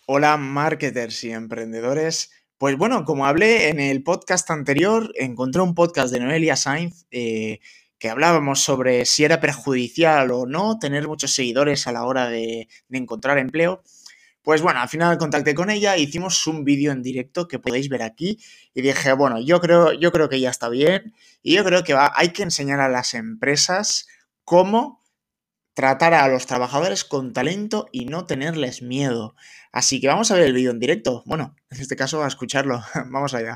Hola, marketers y emprendedores. Pues bueno, como hablé en el podcast anterior, encontré un podcast de Noelia Sainz que hablábamos sobre si era perjudicial o no tener muchos seguidores a la hora de encontrar empleo. Pues bueno, al final contacté con ella, hicimos un vídeo en directo que podéis ver aquí y dije, bueno, yo creo que ya está bien y yo creo que hay que enseñar a las empresas cómo tratar a los trabajadores con talento y no tenerles miedo. Así que vamos a ver el vídeo en directo. Bueno, en este caso a escucharlo. Vamos allá.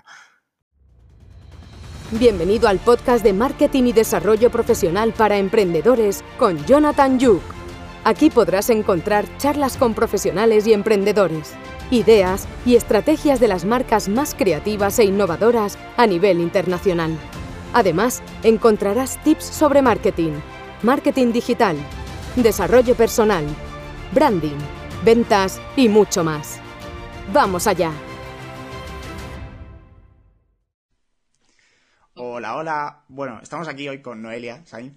Bienvenido al podcast de Marketing y Desarrollo Profesional para Emprendedores con Jonathan Yuk. Aquí podrás encontrar charlas con profesionales y emprendedores, ideas y estrategias de las marcas más creativas e innovadoras a nivel internacional. Además, encontrarás tips sobre marketing, marketing digital, desarrollo personal, branding, ventas y mucho más. ¡Vamos allá! Hola, hola. Bueno, estamos aquí hoy con Noelia Sainz.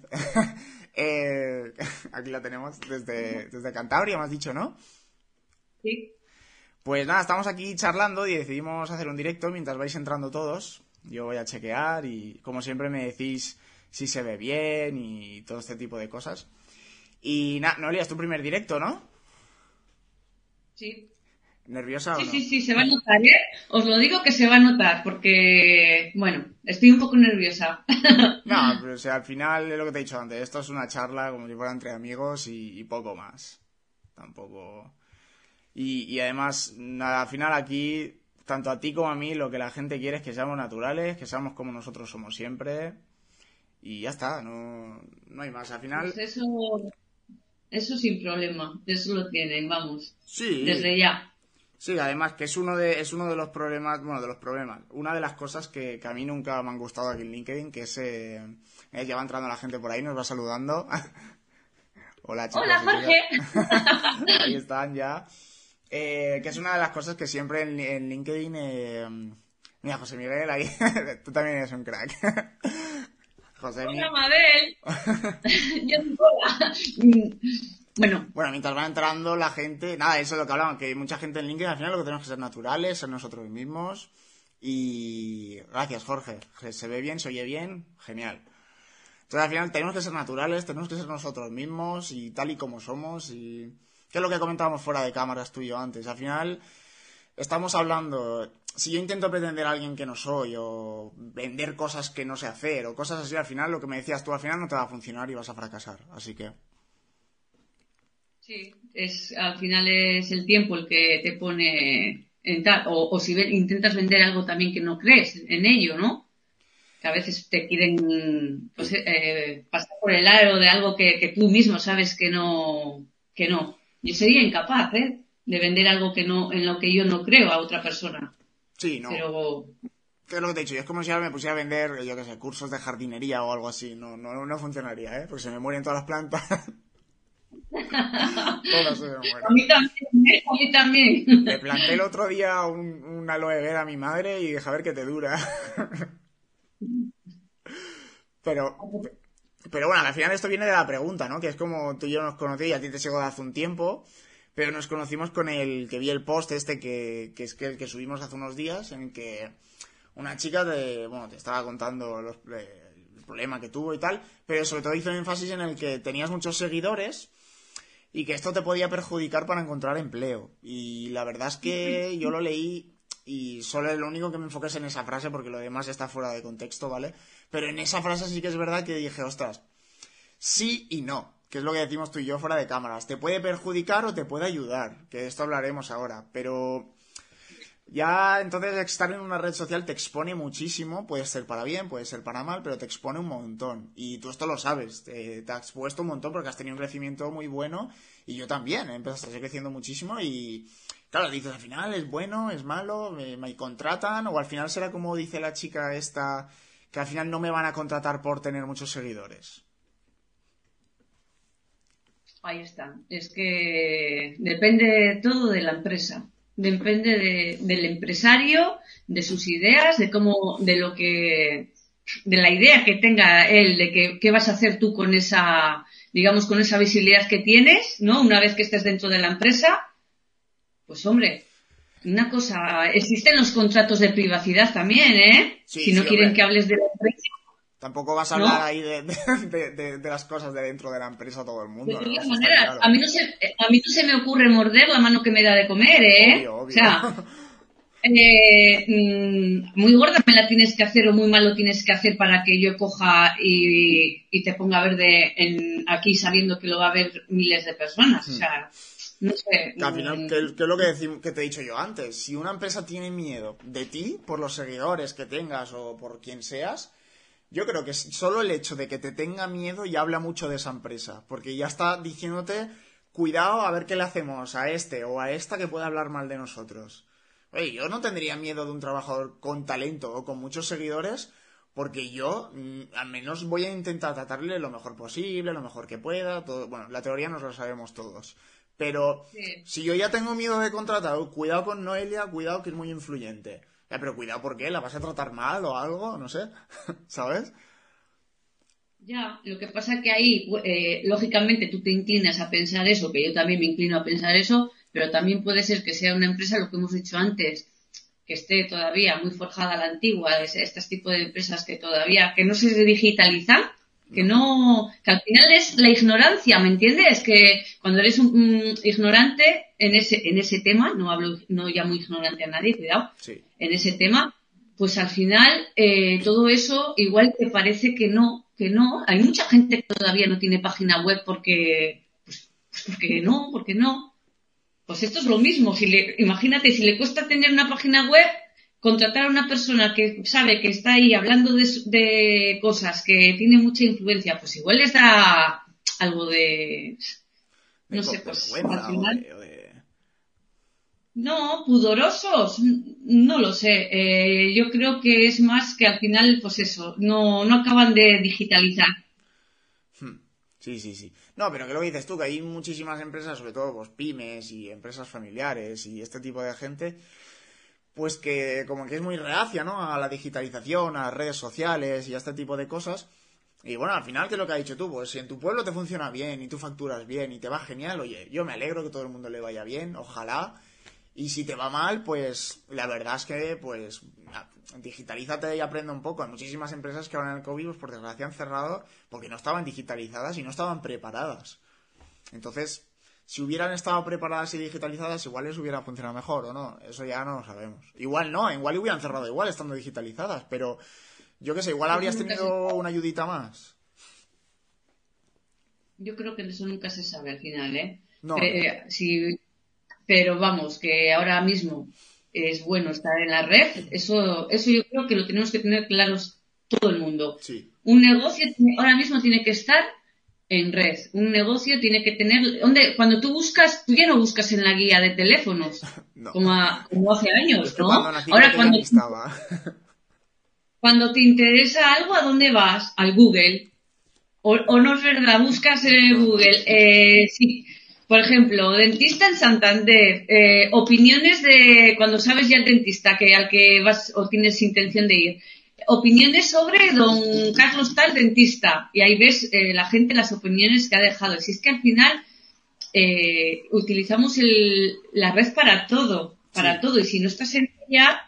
Aquí la tenemos desde Cantabria, me has dicho, ¿no? Sí. Pues nada, estamos aquí charlando y decidimos hacer un directo mientras vais entrando todos. Yo voy a chequear y como siempre me decís si se ve bien y todo este tipo de cosas. Y nada, Noelia, es tu primer directo, ¿no? Sí. ¿Nerviosa o no? Sí, se va a notar, ¿eh? Os lo digo que se va a notar porque, bueno, estoy un poco nerviosa. No, pero o sea, al final es lo que te he dicho antes. Esto es una charla como si fuera entre amigos y poco más. Tampoco. Y además, nada, al final aquí, tanto a ti como a mí, lo que la gente quiere es que seamos naturales, que seamos como nosotros somos siempre. Y ya está, no hay más. Al final, Pues eso sin problema, eso lo tienen, vamos, sí. desde ya. Sí, además que es uno de los problemas, bueno, de los problemas. Una de las cosas que a mí nunca me han gustado aquí en LinkedIn, que es ya va entrando la gente por ahí, nos va saludando. Hola chicos Hola, y Jorge. chicas. Ahí están ya. Que es una de las cosas que siempre en LinkedIn... mira, José Miguel, ahí... Tú también eres un crack. José Hola, Miguel... Mabel. Yo digo hola. Bueno, Bueno, mientras va entrando la gente... Nada, eso es lo que hablamos, que mucha gente en LinkedIn al final lo que tenemos que ser naturales, ser nosotros mismos. Y... Gracias, Jorge. Se ve bien, se oye bien. Genial. Entonces al final tenemos que ser naturales, tenemos que ser nosotros mismos y tal y como somos y... ¿Qué es lo que comentábamos fuera de cámaras tú y yo antes? Al final estamos hablando... Si yo intento pretender a alguien que no soy o vender cosas que no sé hacer o cosas así, al final lo que me decías tú al final no te va a funcionar y vas a fracasar. Así que... sí, al final es el tiempo el que te pone en tal, o si intentas vender algo también que no crees en ello, ¿no? Que a veces te quieren pues, pasar por el aro de algo que tú mismo sabes que no, que no. Yo sería incapaz, de vender algo que no, en lo que yo no creo a otra persona. Sí, no. Pero ¿Qué es lo que te he dicho? Yo es como si ahora me pusiera a vender, yo qué sé, cursos de jardinería o algo así. No funcionaría, ¿eh? Porque se me mueren todas las plantas. Todas se me mueren. a mí también, a mí también. Le planté el otro día un aloe vera a mi madre y dije a ver qué te dura. Pero, pero bueno, al final esto viene de la pregunta, ¿no? Que es como tú y yo nos conocí y a ti te sigo de hace un tiempo, pero nos conocimos con el que vi el post este el que subimos hace unos días, en que una chica te estaba contando el problema que tuvo y tal, pero sobre todo hizo énfasis en el que tenías muchos seguidores y que esto te podía perjudicar para encontrar empleo. Y la verdad es que yo lo leí y solo es lo único que me enfoqué es en esa frase porque lo demás está fuera de contexto, ¿vale? Pero en esa frase sí que es verdad que dije, ostras, sí y no, que es lo que decimos tú y yo fuera de cámaras. Te puede perjudicar o te puede ayudar, que de esto hablaremos ahora, pero ya entonces estar en una red social te expone muchísimo, puede ser para bien, puede ser para mal, pero te expone un montón. Y tú esto lo sabes, te ha expuesto un montón porque has tenido un crecimiento muy bueno y yo también, empezaste a seguir creciendo muchísimo y claro, dices al final es bueno, es malo, me contratan o al final será como dice la chica esta, que al final no me van a contratar por tener muchos seguidores. Ahí está. Es que depende todo de la empresa. Depende del empresario, de sus ideas, de cómo, de la idea que tenga él, de qué vas a hacer tú con esa, digamos, con esa visibilidad que tienes, ¿no? Una vez que estés dentro de la empresa, pues hombre, una cosa, existen los contratos de privacidad también, ¿eh? Sí, Si no sí, quieren hombre. que hables de la empresa, Tampoco vas a hablar ¿no? ahí de las cosas de dentro de la empresa a todo el De mundo, ¿no? todas Eso está maneras, claro. a mí no se me ocurre morder la mano que me da de comer, ¿eh? Obvio, O obvio. sea, muy gorda me la tienes que hacer o muy mal lo tienes que hacer para que yo coja y te ponga verde aquí sabiendo que lo va a ver miles de personas. O sea, no sé. Que al final, que es lo que te he dicho yo antes. Si una empresa tiene miedo de ti, por los seguidores que tengas o por quien seas, yo creo que solo el hecho de que te tenga miedo ya habla mucho de esa empresa. Porque ya está diciéndote, cuidado a ver qué le hacemos a este o a esta que pueda hablar mal de nosotros. Oye, yo no tendría miedo de un trabajador con talento o con muchos seguidores, porque yo al menos voy a intentar tratarle lo mejor posible, lo mejor que pueda. Todo. Bueno, la teoría nos lo sabemos todos. Pero Sí. si yo ya tengo miedo de contratar, cuidado con Noelia, cuidado que es muy influyente. Ya, pero cuidado, ¿por qué? ¿La vas a tratar mal o algo? No sé. ¿Sabes? Ya, lo que pasa que ahí, lógicamente, tú te inclinas a pensar eso, que yo también me inclino a pensar eso, pero también puede ser que sea una empresa, lo que hemos dicho antes, que esté todavía muy forjada a la antigua, este tipo de empresas que todavía, que no se digitalizan, que No. no, que al final es la ignorancia, ¿me entiendes? Que cuando eres un ignorante en ese tema, no hablo, no llamo ignorante a nadie, cuidado, Sí. en ese tema, pues al final todo eso igual te parece que no. Hay mucha gente que todavía no tiene página web pues porque no. Pues esto es lo mismo. Imagínate, si le cuesta tener una página web, contratar a una persona que sabe que está ahí hablando de cosas, que tiene mucha influencia, pues igual les da algo de, no sé, pues al Vergüenza final. o de... No, pudorosos, no lo sé. Yo creo que es más que al final, pues eso, no acaban de digitalizar. Sí, sí, sí. No, pero que lo que dices tú, que hay muchísimas empresas, sobre todo pues, pymes y empresas familiares y este tipo de gente, pues que como que es muy reacia, ¿no? A la digitalización, a las redes sociales y a este tipo de cosas. Y bueno, al final, ¿qué es lo que has dicho tú? Pues si en tu pueblo te funciona bien y tú facturas bien y te va genial, oye, yo me alegro que todo el mundo le vaya bien, ojalá. Y si te va mal, pues la verdad es que, pues, digitalízate y aprende un poco. Hay muchísimas empresas que ahora en el COVID, pues por desgracia han cerrado porque no estaban digitalizadas y no estaban preparadas. Entonces, si hubieran estado preparadas y digitalizadas, igual les hubiera funcionado mejor o no. Eso ya no lo sabemos. Igual no, igual hubieran cerrado igual estando digitalizadas, pero yo qué sé, igual Eso habrías nunca se tenido una ayudita más. Yo creo que eso nunca se sabe al final, ¿eh? No, no. Pero vamos, que ahora mismo es bueno estar en la red, eso yo creo que lo tenemos que tener claros todo el mundo. Sí. Un negocio ahora mismo tiene que estar en red. Un negocio tiene que tener, cuando tú buscas, tú ya no buscas en la guía de teléfonos, No. como hace Es años, que ¿no? cuando nací creo Ahora que ya ni estaba. cuando te interesa algo, ¿a dónde vas? Al Google. O no es verdad, buscas en No, no. Google. Sí. Por ejemplo, dentista en Santander, opiniones de cuando sabes ya el dentista que al que vas o tienes intención de ir. Opiniones sobre don Carlos tal dentista. Y ahí ves la gente las opiniones que ha dejado. Si es que al final utilizamos la red para Sí. todo. Y si no estás en ella,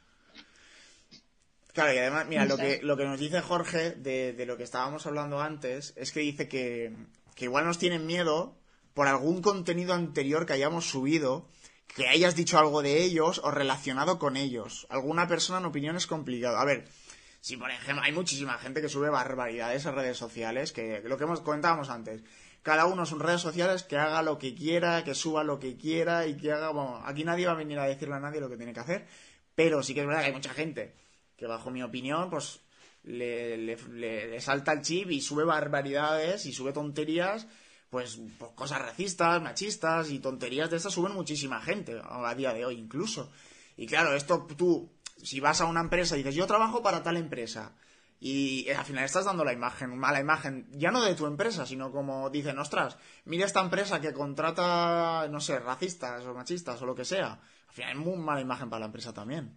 Claro, y además, mira, no estás. lo que nos dice Jorge de lo que estábamos hablando antes es que dice que igual nos tienen miedo por algún contenido anterior que hayamos subido, que hayas dicho algo de ellos o relacionado con ellos. Alguna persona en opinión es complicado. A ver, si por ejemplo hay muchísima gente que sube barbaridades en redes sociales, que lo que comentábamos antes. Cada uno en sus redes sociales que haga lo que quiera, que suba lo que quiera y que haga... Bueno, aquí nadie va a venir a decirle a nadie lo que tiene que hacer, pero sí que es verdad que hay mucha gente que bajo mi opinión, pues le salta el chip y sube barbaridades y sube tonterías, pues cosas racistas, machistas y tonterías de estas suben muchísima gente a día de hoy incluso. Y claro, esto tú, si vas a una empresa y dices, yo trabajo para tal empresa, y al final estás dando la imagen, mala imagen, ya no de tu empresa, sino como dicen, ostras, mira esta empresa que contrata, no sé, racistas o machistas o lo que sea. Al final es muy mala imagen para la empresa también.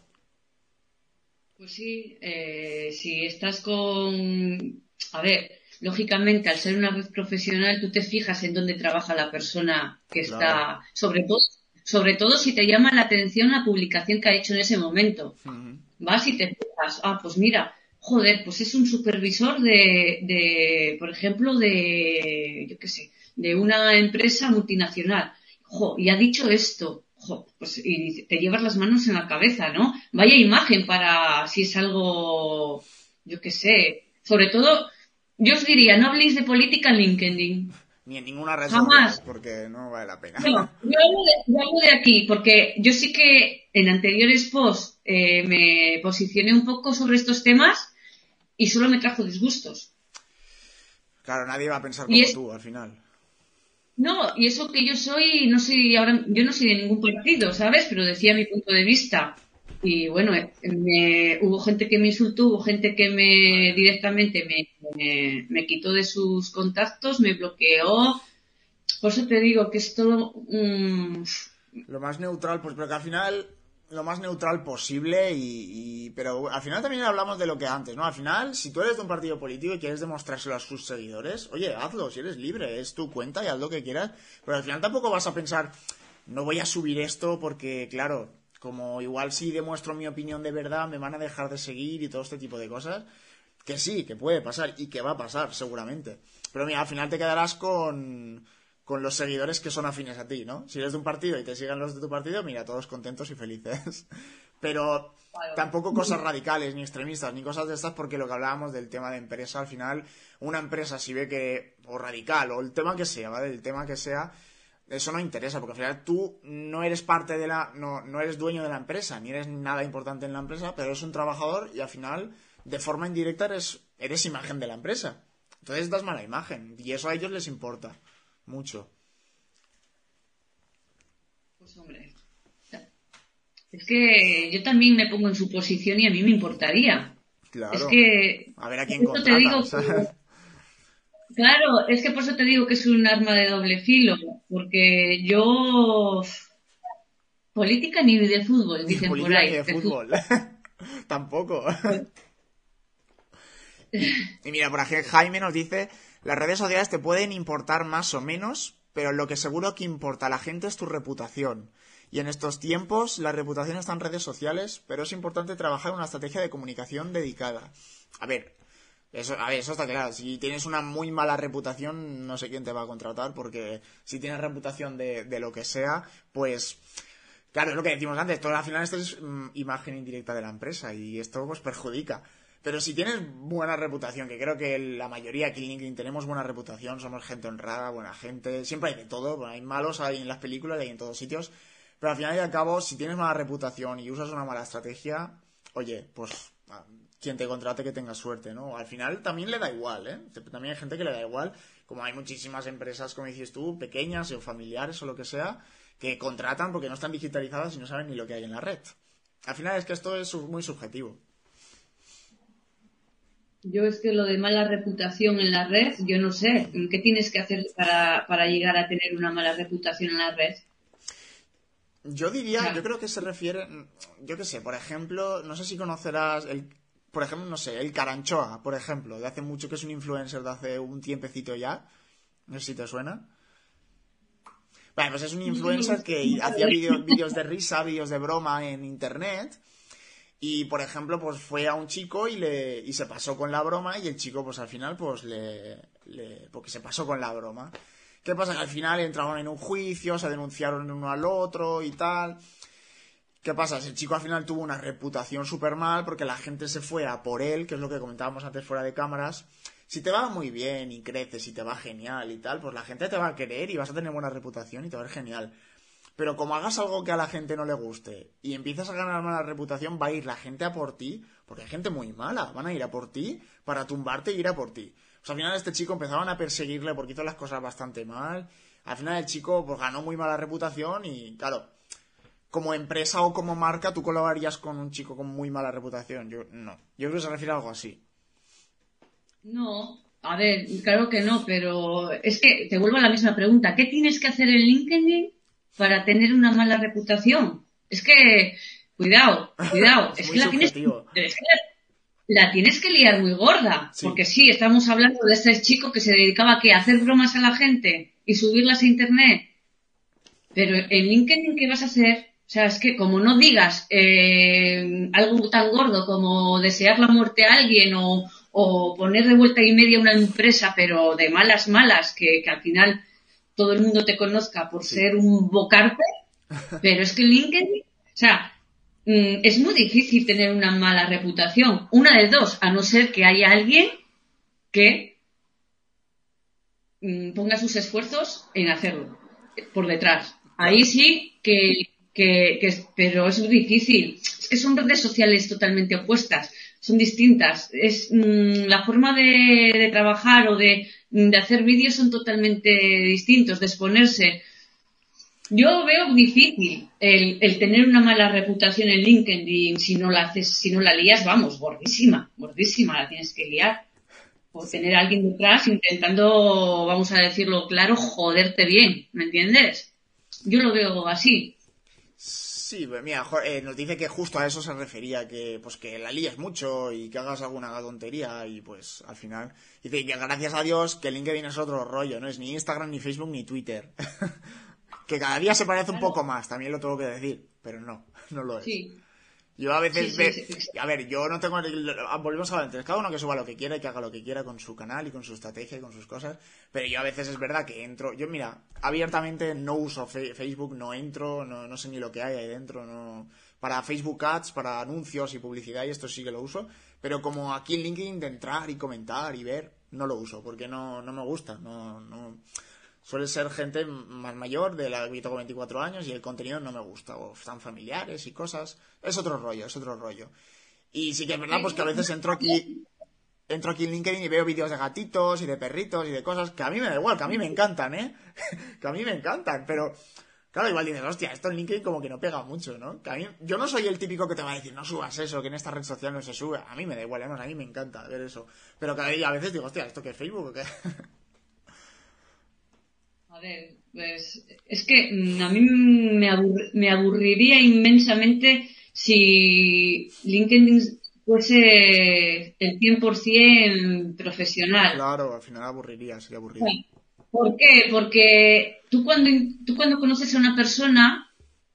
Pues sí, si estás con... A ver, lógicamente, al ser una red profesional, tú te fijas en dónde trabaja la persona que Claro. está, sobre todo si te llama la atención la publicación que ha hecho en ese momento. Ujú. Vas y te fijas, pues mira, joder, pues es un supervisor por ejemplo, yo qué sé, de una empresa multinacional. Y ha dicho esto. Pues y te llevas las manos en la cabeza, ¿no? Vaya imagen para si es algo, yo qué sé. Sobre todo, yo os diría, no habléis de política en LinkedIn. Ni en ninguna red social, Jamás. porque no vale la pena. No, yo hablo de aquí, porque yo sí que en anteriores posts me posicioné un poco sobre estos temas y solo me trajo disgustos. Claro, nadie va a pensar Y como es, tú al final. no, y eso que yo soy, no soy ahora, yo no soy de ningún partido, ¿sabes? Pero decía mi punto de vista. Y bueno, hubo gente que me insultó, hubo gente que directamente me quitó de sus contactos, me bloqueó. Por eso te digo que es todo Lo más neutral, pues, pero que al final, lo más neutral posible pero al final también hablamos de lo que antes, ¿no? Al final, si tú eres de un partido político y quieres demostrárselo a sus seguidores, oye, hazlo, si eres libre, es tu cuenta y haz lo que quieras, pero al final tampoco vas a pensar, no voy a subir esto porque, claro, como igual si demuestro mi opinión de verdad, me van a dejar de seguir y todo este tipo de cosas, que sí, que puede pasar y que va a pasar, seguramente. Pero mira, al final te quedarás con los seguidores que son afines a ti, ¿no? Si eres de un partido y te sigan los de tu partido, mira, todos contentos y felices. Pero tampoco cosas radicales, ni extremistas, ni cosas de estas, porque lo que hablábamos del tema de empresa, al final, una empresa si ve que, o radical, o el tema que sea, ¿vale? El tema que sea, eso no interesa, porque al final tú no eres parte de no eres dueño de la empresa, ni eres nada importante en la empresa, pero eres un trabajador y al final, de forma indirecta, eres imagen de la empresa. Entonces das mala imagen, y eso a ellos les importa mucho. pues hombre, es que yo también me pongo en su posición y a mí me importaría. Es Claro. que, A ver a por quién eso te digo contratas. claro, es que por eso te digo que es un arma de doble filo, porque yo, política ni de fútbol, Ni de dicen por política ni ahí, de de fútbol. fútbol. Tampoco. Pues, Y mira, por aquí Jaime nos dice, las redes sociales te pueden importar más o menos, pero lo que seguro que importa a la gente es tu reputación. Y en estos tiempos la reputación está en redes sociales, pero es importante trabajar una estrategia de comunicación dedicada. A ver, eso está claro. Si tienes una muy mala reputación, no sé quién te va a contratar, porque si tienes reputación de lo que sea, pues claro, es lo que decimos antes, todo al final esto es imagen indirecta de la empresa y esto pues perjudica. Pero si tienes buena reputación, que creo que la mayoría aquí en LinkedIn tenemos buena reputación, somos gente honrada, buena gente, siempre hay de todo, bueno, hay malos, hay en las películas, hay en todos sitios, pero al final y al cabo, si tienes mala reputación y usas una mala estrategia, oye, pues quien te contrate que tenga suerte, ¿no? Al final también le da igual, ¿eh? También hay gente que le da igual, como hay muchísimas empresas, como dices tú, pequeñas o familiares o lo que sea, que contratan porque no están digitalizadas y no saben ni lo que hay en la red. Al final es que esto es muy subjetivo. yo es que lo de mala reputación en la red, yo no sé, ¿qué tienes que hacer para llegar a tener una mala reputación en la red? Yo O diría, yo sea, creo que se refiere, yo qué sé, por ejemplo, no sé si conocerás por ejemplo, no sé, el Caranchoa, por ejemplo, de hace mucho que es un influencer de hace un tiempecito ya, no sé si te suena. Bueno, pues es un influencer que hacía vídeos de risa, vídeos de broma en internet. Y por ejemplo, pues fue a un chico y se pasó con la broma y el chico pues al final pues porque se pasó con la broma. ¿Qué pasa? Que al final entraron en un juicio, se denunciaron uno al otro y tal. ¿Qué pasa? El chico al final tuvo una reputación súper mal porque la gente se fue a por él, que es lo que comentábamos antes fuera de cámaras. Si te va muy bien y creces y te va genial y tal, pues la gente te va a querer y vas a tener buena reputación y te va a ir genial. Pero como hagas algo que a la gente no le guste y empiezas a ganar mala reputación, va a ir la gente a por ti, porque hay gente muy mala, van a ir a por ti para tumbarte y ir a por ti. O sea, al final este chico empezaban a perseguirle porque hizo las cosas bastante mal. Al final el chico pues ganó muy mala reputación y claro, como empresa o como marca tú colaborarías con un chico con muy mala reputación. Yo no. Yo creo que se refiere a algo así. no, a ver, claro que no, pero es que te vuelvo a la misma pregunta. ¿Qué tienes que hacer en LinkedIn para tener una mala reputación? Es que, cuidado, Es es muy que la tienes, subjetivo. la tienes que liar muy gorda. Sí. Porque sí, estamos hablando de este chico que se dedicaba ¿a hacer bromas a la gente y subirlas a internet. Pero en LinkedIn, ¿qué vas a hacer? O sea, es que como no digas algo tan gordo como desear la muerte a alguien o poner de vuelta y media una empresa, pero de malas, que al final todo el mundo te conozca por ser un bocarte, pero es que LinkedIn, o sea, es muy difícil tener una mala reputación. Una de dos, a no ser que haya alguien que ponga sus esfuerzos en hacerlo por detrás. Ahí sí pero es muy difícil. Es que son redes sociales totalmente opuestas, son distintas. Es la forma de trabajar o de hacer vídeos son totalmente distintos, de exponerse. Yo veo difícil el tener una mala reputación en LinkedIn si no la lías, vamos, gordísima, la tienes que liar. O tener a alguien detrás intentando, vamos a decirlo claro, joderte bien, ¿me entiendes? Yo lo veo así. Sí, mira, nos dice que justo a eso se refería, que pues que la líes mucho y que hagas alguna tontería y pues al final dice que gracias a Dios que LinkedIn es otro rollo, no es ni Instagram, ni Facebook, ni Twitter. Que cada día se parece un poco más, también lo tengo que decir, pero no lo es. Sí. Yo a veces Sí. a ver, yo no tengo volvemos a hablar, cada uno que suba lo que quiera y que haga lo que quiera con su canal y con su estrategia y con sus cosas, pero yo a veces es verdad que yo mira, abiertamente no uso Facebook, no entro, no sé ni lo que hay ahí dentro, no, para Facebook Ads, para anuncios y publicidad y esto sí que lo uso, pero como aquí en LinkedIn de entrar y comentar y ver, no lo uso porque no me gusta, no suele ser gente más mayor, yo tengo 24 años y el contenido no me gusta, o están familiares y cosas. Es otro rollo. Y sí que es verdad, pues que a veces entro aquí en LinkedIn y veo vídeos de gatitos y de perritos y de cosas que a mí me da igual, que a mí me encantan, que a mí me encantan, pero claro, igual dices, hostia, esto en LinkedIn como que no pega mucho, ¿no? Yo no soy el típico que te va a decir, no subas eso, que en esta red social no se sube. A mí me da igual, además, a mí me encanta ver eso. Pero a veces digo, hostia, ¿esto qué es Facebook o qué? A ver, pues es que a mí me aburriría inmensamente si LinkedIn fuese el 100% profesional. Claro, al final sería aburrido. ¿Por qué? Porque tú cuando conoces a una persona,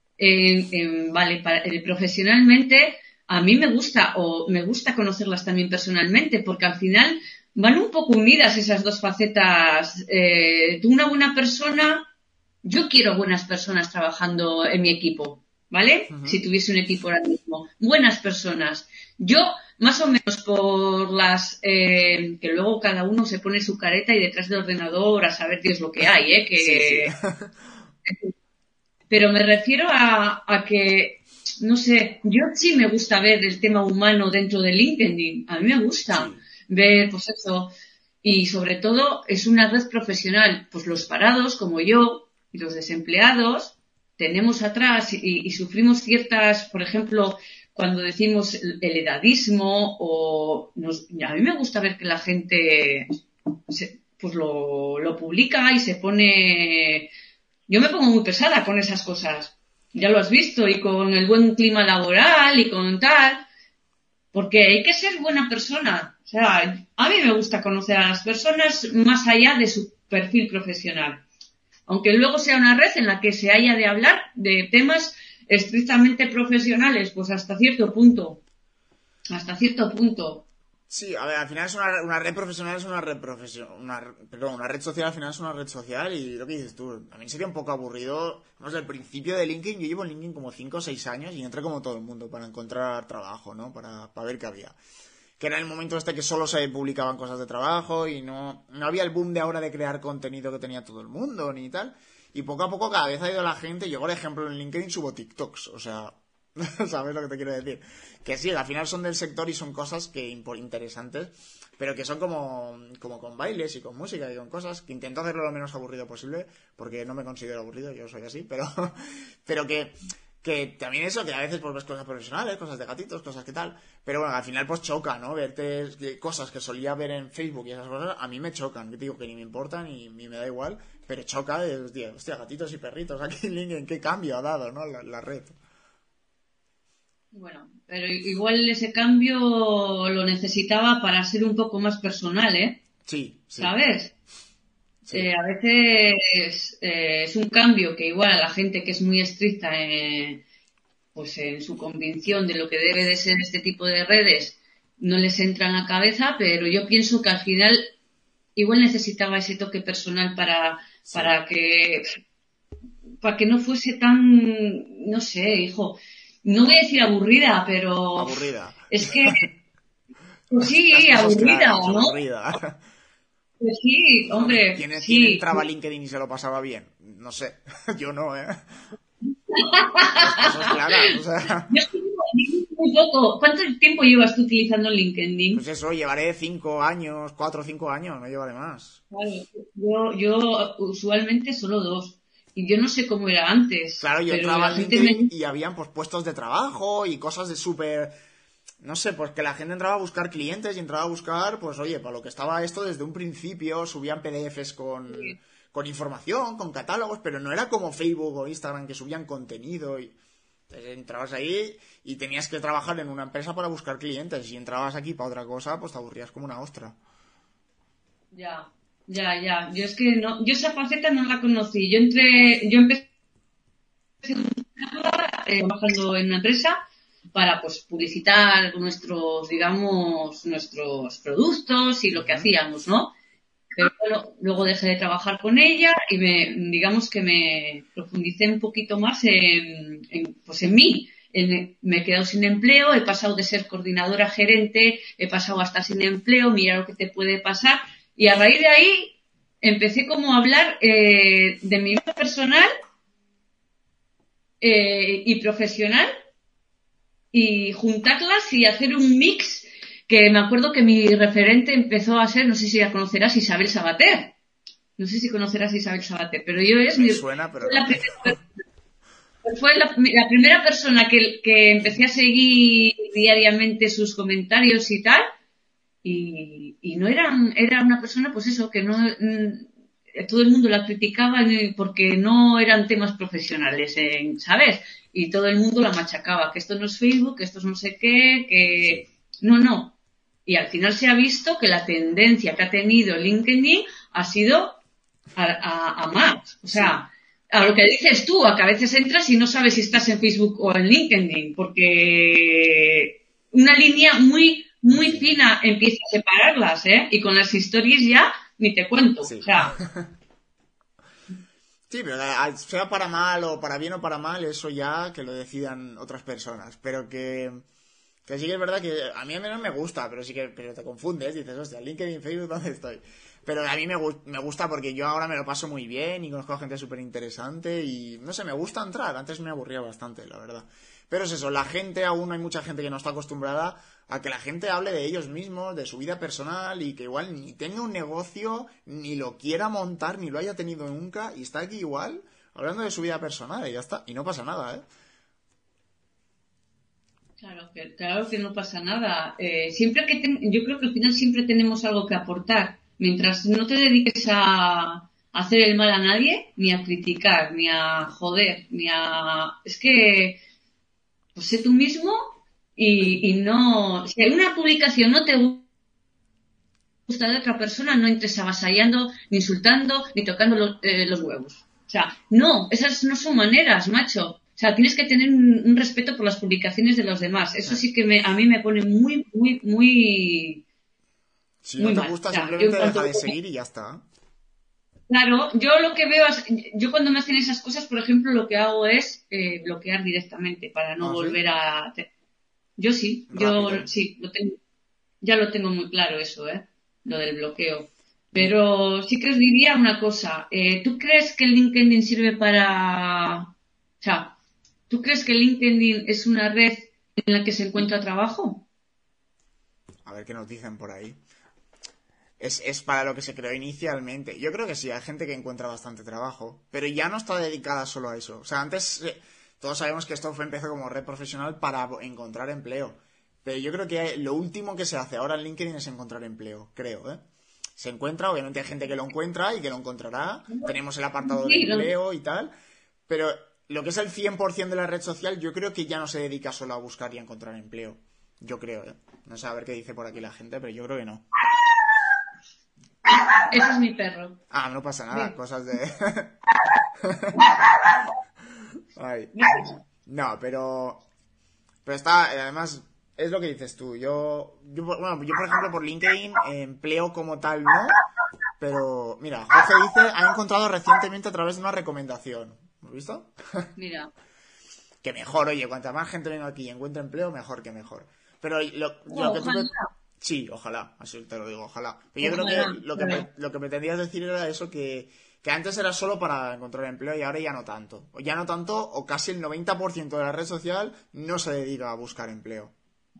profesionalmente, a mí me gusta conocerlas también personalmente, porque al final van un poco unidas esas dos facetas. Tú una buena persona, yo quiero buenas personas trabajando en mi equipo, ¿vale? Uh-huh. Si tuviese un equipo ahora mismo. Buenas personas. Yo, más o menos por que luego cada uno se pone su careta y detrás del ordenador a saber qué es lo que hay, Sí. Pero me refiero a que, no sé, yo sí me gusta ver el tema humano dentro de LinkedIn. A mí me gusta ver, pues eso. Y sobre todo es una red profesional. Pues los parados, como yo, y los desempleados, tenemos atrás y sufrimos ciertas, por ejemplo, cuando decimos el edadismo a mí me gusta ver que la gente pues lo publica y se pone. Yo me pongo muy pesada con esas cosas, ya lo has visto, y con el buen clima laboral y con tal, porque hay que ser buena persona. O sea, a mí me gusta conocer a las personas más allá de su perfil profesional, aunque luego sea una red en la que se haya de hablar de temas estrictamente profesionales, pues hasta cierto punto. Sí, a ver, al final es una red profesional, es una red una red social al final es una red social y lo que dices tú, a mí sería un poco aburrido, no sé, el principio de LinkedIn, yo llevo en LinkedIn como 5 o 6 años y entré como todo el mundo para encontrar trabajo, ¿no? Para ver qué había. Que era el momento que solo se publicaban cosas de trabajo y no había el boom de ahora de crear contenido que tenía todo el mundo ni tal. Y poco a poco cada vez ha ido la gente. Yo, por ejemplo, en LinkedIn subo TikToks, o sea, ¿sabes lo que te quiero decir? Que sí, al final son del sector y son cosas que interesantes, pero que son como con bailes y con música y con cosas que intento hacerlo lo menos aburrido posible, porque no me considero aburrido, yo soy así, pero que también eso, que a veces pues ves cosas profesionales, cosas de gatitos, cosas que tal, pero bueno, al final pues choca, ¿no? Verte cosas que solía ver en Facebook y esas cosas, a mí me chocan, yo te digo que ni me importan ni me da igual, pero choca, hostia, gatitos y perritos aquí en LinkedIn, qué cambio ha dado, ¿no? La red. Bueno, pero igual ese cambio lo necesitaba para ser un poco más personal, ¿eh? Sí, sí, ¿Sabes? sí. A veces es un cambio que igual a la gente que es muy estricta pues en su convicción de lo que debe de ser este tipo de redes no les entra en la cabeza, pero yo pienso que al final igual necesitaba ese toque personal Sí. para que para que no fuese tan, no sé, hijo, no voy a decir aburrida, pero Aburrida. es que pues Las sí, cosas aburrida, claras, ¿no? aburrida. Pues sí, Hombre, hombre, ¿quién sí. entraba a LinkedIn y se lo pasaba bien? No sé, yo no, ¿eh? Las cosas claras, o sea... Yo estoy muy poco. ¿Cuánto tiempo llevas tú utilizando Pues LinkedIn? eso, llevaré 5 años, 4 o 5 años, no llevaré más. Claro, yo usualmente solo 2. Y yo no sé cómo era antes, Claro, yo pero entraba la en gente me LinkedIn dice, y habían pues puestos de trabajo y cosas de súper... No sé, pues que la gente entraba a buscar clientes y entraba a buscar, pues oye, para lo que estaba esto desde un principio, subían PDFs con información, con catálogos, pero no era como Facebook o Instagram que subían contenido y... Entonces, entrabas ahí y tenías que trabajar en una empresa para buscar clientes. Si entrabas aquí para otra cosa, pues te aburrías como una ostra. ya, ya. Yo es que no, yo esa faceta no la conocí. Yo empecé trabajando en una empresa para pues publicitar nuestros, digamos, nuestros productos y lo que Ujú. hacíamos, ¿no? Pero bueno, luego dejé de trabajar con ella y digamos que me profundicé un poquito más pues en mí. Me he quedado sin empleo, he pasado de ser coordinadora a gerente, he pasado a estar sin empleo, mira lo que te puede pasar. Y a raíz de ahí empecé como a hablar de mi vida personal y profesional y juntarlas y hacer un mix que me acuerdo que mi referente empezó a ser, no sé si la conocerás, Isabel Sabater. No sé si conocerás a Isabel Sabater, pero Me suena, pero fue no. la primera persona que empecé a seguir diariamente sus comentarios y tal, y no era una persona, pues eso, que no, todo el mundo la criticaba porque no eran temas profesionales, ¿sabes? Y todo el mundo la machacaba, que esto no es Facebook, que esto es no sé qué, Sí, que no. Y al final se ha visto que la tendencia que ha tenido LinkedIn ha sido a más. O sí. sea, a lo que dices tú, a que a veces entras y no sabes si estás en Facebook o en LinkedIn, porque una línea Muy muy fina. fina empieza a separarlas, ¿eh? Y con las stories ya ni te cuento. O Sí. sea, Sí, pero sea para mal o para bien o para mal, eso ya que lo decidan otras personas. Pero que sí que es verdad que a mí al menos me gusta, pero sí que pero te confundes, dices, hostia, LinkedIn, Facebook, ¿dónde estoy? Pero a mí me gusta porque yo ahora me lo paso muy bien y conozco a gente súper interesante y no sé, me gusta entrar. Antes me aburría bastante, la verdad. Pero es eso, la gente, aún hay mucha gente que no está acostumbrada a que la gente hable de ellos mismos, de su vida personal y que igual ni tenga un negocio, ni lo quiera montar, ni lo haya tenido nunca y está aquí igual hablando de su vida personal y ya está. Y no pasa nada, ¿eh? claro que no pasa nada. Yo creo que al final siempre tenemos algo que aportar. Mientras no te dediques a hacer el mal a nadie, ni a criticar, ni a joder, Es que pues sé tú mismo y no... Si hay una publicación no te gusta de otra persona, no entres avasallando, ni insultando, ni tocando los huevos. O sea, no, esas no son maneras, macho. O sea, tienes que tener un respeto por las publicaciones de los demás. Eso sí que a mí me pone Si no muy te mal. O gusta, sea, yo en simplemente cuanto... deja de seguir y ya está. Claro, yo lo que veo es, yo cuando me hacen esas cosas, por ejemplo, lo que hago es bloquear directamente para no ¿Ah, sí? volver a... yo Rápido. sí, ya lo tengo muy claro eso, ¿eh? Lo del bloqueo. Pero sí que os diría una cosa. ¿Tú crees que LinkedIn sirve para... O sea, ¿tú crees que LinkedIn es una red en la que se encuentra trabajo? A ver qué nos dicen por ahí. Es para lo que se creó inicialmente. Yo creo que sí, hay gente que encuentra bastante trabajo, pero ya no está dedicada solo a eso. O sea, antes todos sabemos que esto empezó como red profesional para encontrar empleo. Pero yo creo que lo último que se hace ahora en LinkedIn es encontrar empleo, creo, ¿eh? Se encuentra, obviamente hay gente que lo encuentra y que lo encontrará. Tenemos el apartado de Sí, empleo y tal. Pero lo que es el 100% de la red social, yo creo que ya no se dedica solo a buscar y a encontrar empleo. Yo creo, ¿eh? No sé a ver qué dice por aquí la gente, pero yo creo que no. Ese es mi perro. Ah, no pasa nada, Bien. cosas de... Ay. No, pero está, además, es lo que dices tú. Bueno, yo por ejemplo, por LinkedIn, empleo como tal, no. Pero, mira, Jorge dice, ha encontrado recientemente a través de una recomendación. ¿Lo has visto? Mira. Que mejor, oye, cuanta más gente venga aquí y encuentre empleo, mejor que mejor. Pero lo que tú... Ojalá. Sí, ojalá, así te lo digo, ojalá. Pero yo Ojalá, creo que ojalá. lo que pretendías decir era eso, que antes era solo para encontrar empleo y ahora ya no tanto. O ya no tanto, o casi el 90% de la red social no se dedica a buscar empleo.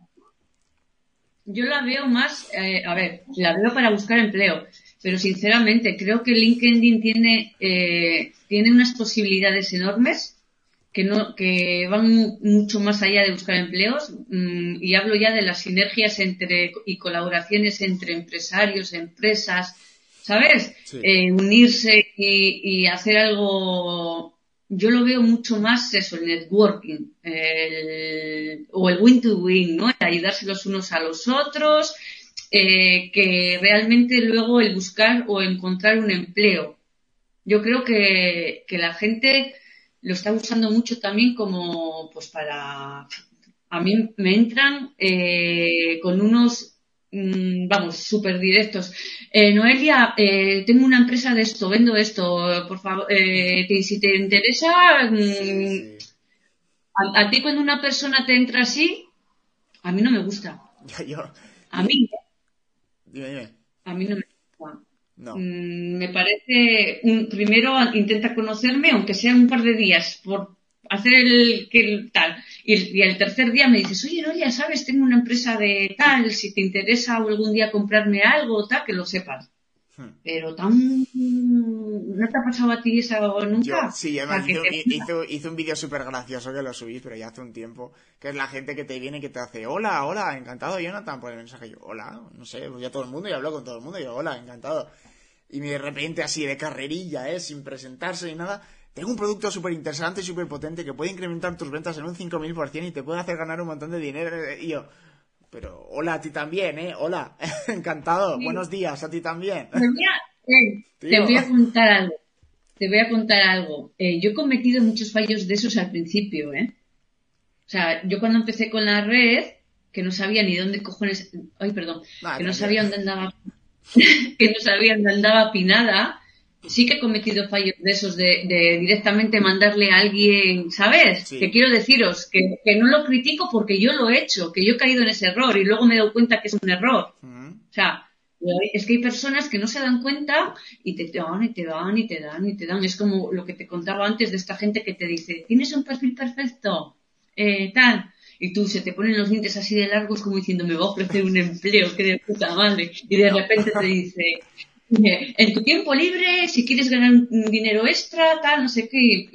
Yo la veo más, a ver, la veo para buscar empleo, pero sinceramente creo que LinkedIn tiene unas posibilidades enormes que van mucho más allá de buscar empleos, y hablo ya de las sinergias y colaboraciones entre empresarios, empresas, ¿sabes? Sí. Unirse y hacer algo. Yo lo veo mucho más eso, el networking, o el win-to-win, ¿no? El ayudarse los unos a los otros, que realmente luego el buscar o encontrar un empleo. Yo creo que la gente lo está usando mucho también como, pues para, a mí me entran con unos, vamos, súper directos. Noelia, tengo una empresa de esto, vendo esto, por favor, si te interesa, Sí. a ti cuando una persona te entra así, a mí no me gusta. Yo... A mí, Dime. a mí no me gusta. No. Me parece, primero intenta conocerme, aunque sea un par de días, por hacer el tal. Y el tercer día me dices, oye, Noelia, ¿sabes? Tengo una empresa de tal, si te interesa algún día comprarme algo, tal, que lo sepas. Pero ¿no te ha pasado a ti eso nunca? Sí, O sea, además que hice un vídeo súper gracioso que lo subí, pero ya hace un tiempo, que es la gente que te viene y que te hace, hola, hola, encantado, Jonathan, por el mensaje. Yo, hola, no sé, pues ya todo el mundo, y hablo con todo el mundo, y yo, hola, encantado. Y de repente así de carrerilla, sin presentarse ni nada, tengo un producto súper interesante y súper potente que puede incrementar tus ventas en un 5000% y te puede hacer ganar un montón de dinero. Y yo, pero hola a ti también, hola, encantado, sí. buenos días a ti también. Te Tío. voy a contar algo. Te voy a contar algo. Yo he cometido muchos fallos de esos al principio, ¿eh? O sea, yo cuando empecé con la red, que no sabía ni dónde cojones... Ay, perdón. Nada, Que no tranquilo. sabía dónde andaba... que no sabía dónde andaba Pinada. Sí que he cometido fallos de esos de directamente mandarle a alguien, ¿sabes? Sí. Que quiero deciros que no lo critico porque yo lo he hecho, que yo he caído en ese error y luego me he dado cuenta que es un error. O sea, es que hay personas que no se dan cuenta y te dan, y te dan, y te dan, y te dan. Es como lo que te contaba antes de esta gente que te dice, tienes un perfil perfecto, tal. Y tú se te ponen los dientes así de largos como diciendo, me va a ofrecer un empleo, que de puta madre. Y de repente te dice, en tu tiempo libre, si quieres ganar un dinero extra, tal, no sé qué, y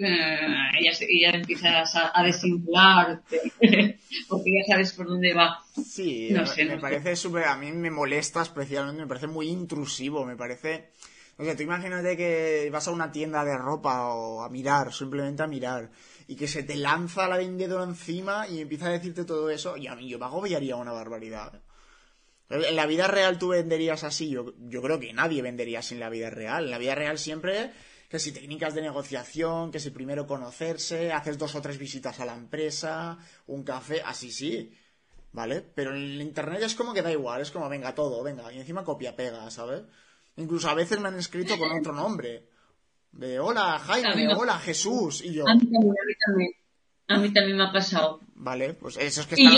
ya empiezas a desinflarte, porque ya sabes por dónde va. Sí, No sé, me parece súper... A mí me molesta especialmente, me parece muy intrusivo, me parece... O sea, tú imagínate que vas a una tienda de ropa o a mirar, simplemente a mirar, y que se te lanza la vendedora encima y empieza a decirte todo eso, y a mí yo me agobiaría una barbaridad. En la vida real tú venderías así, yo creo que nadie vendería así en la vida real. En la vida real siempre... Que si técnicas de negociación, que si primero conocerse, haces 2 o 3 visitas a la empresa, un café, así sí, ¿vale? Pero en el internet es como que da igual, es como venga todo, venga, y encima copia-pega, ¿sabes? Incluso a veces me han escrito con otro nombre, de hola Jaime, hola Jesús, y yo... A mí también me ha pasado. Vale, pues eso es que Y está...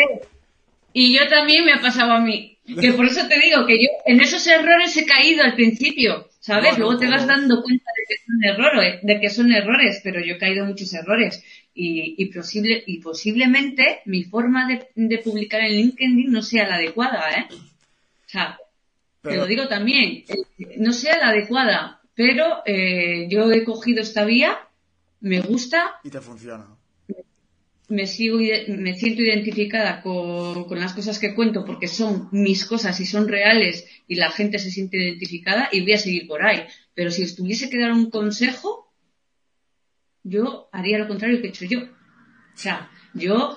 yo también me ha pasado a mí. Que por eso te digo que yo en esos errores he caído al principio, ¿sabes? No, Luego te vas todos. dando cuenta de que son errores, pero yo he caído en muchos errores. Y posiblemente mi forma de publicar en LinkedIn no sea la adecuada, ¿eh? O sea, te lo digo también, no sea la adecuada, pero yo he cogido esta vía, me gusta. Y te funciona. Me siento identificada con las cosas que cuento porque son mis cosas y son reales y la gente se siente identificada y voy a seguir por ahí. Pero si os tuviese que dar un consejo, yo haría lo contrario que he hecho yo. O sea, yo,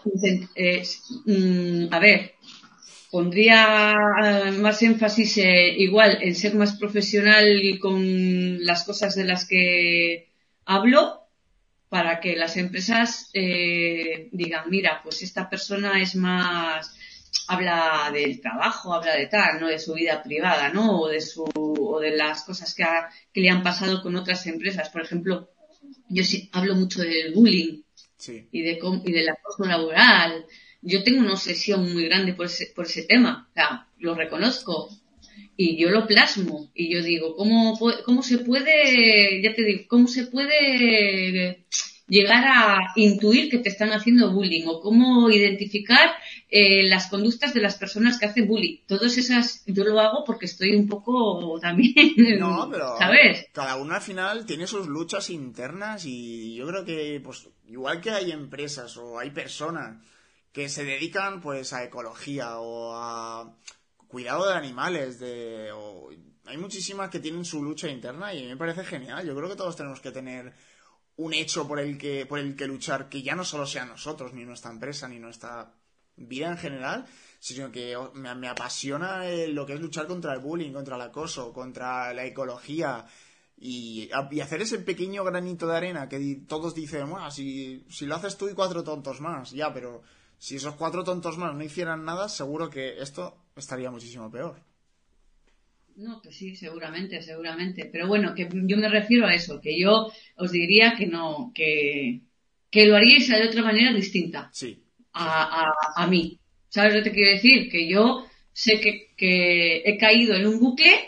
a ver, pondría más énfasis igual en ser más profesional con las cosas de las que hablo para que las empresas digan, mira, pues esta persona es más, habla del trabajo, habla de tal, no de su vida privada, ¿no? O de las cosas que le han pasado con otras empresas. Por ejemplo, yo sí hablo mucho del bullying. Sí. Y del acoso laboral. Yo tengo una obsesión muy grande por ese tema. O sea, lo reconozco y yo lo plasmo. Y yo digo, ¿cómo se puede, ya te digo, cómo se puede llegar a intuir que te están haciendo bullying? O cómo identificar las conductas de las personas que hacen bullying. Todas esas, yo lo hago porque estoy un poco también, No, pero ¿sabes? cada uno al final tiene sus luchas internas y yo creo que, pues, igual que hay empresas o hay personas que se dedican, pues, a ecología o a cuidado de animales, hay muchísimas que tienen su lucha interna y me parece genial. Yo creo que todos tenemos que tener un hecho por el que luchar, que ya no solo sea nosotros, ni nuestra empresa, ni nuestra vida en general, sino que me apasiona lo que es luchar contra el bullying, contra el acoso, contra la ecología y hacer ese pequeño granito de arena que todos dicen, bueno, si lo haces tú y 4 tontos más, ya, pero si esos 4 tontos más no hicieran nada, seguro que esto estaría muchísimo peor. No, pues sí, seguramente. Pero bueno, que yo me refiero a eso, que yo os diría que no, que lo haríais de otra manera distinta. Sí. A mí. ¿Sabes lo que te quiero decir? Que yo sé que he caído en un bucle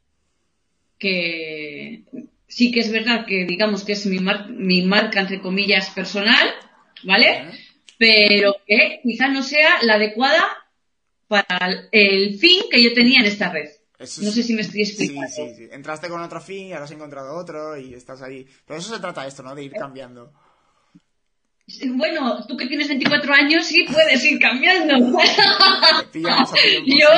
que sí que es verdad que digamos que es mi marca entre comillas personal, ¿vale? Pero que quizá no sea la adecuada para el fin que yo tenía en esta red. No sé si me estoy explicando. Sí. Entraste con otro fin y ahora has encontrado otro y estás ahí. Pero eso se trata esto, ¿no? De ir cambiando. Bueno, tú que tienes 24 años sí puedes ir cambiando. Yo...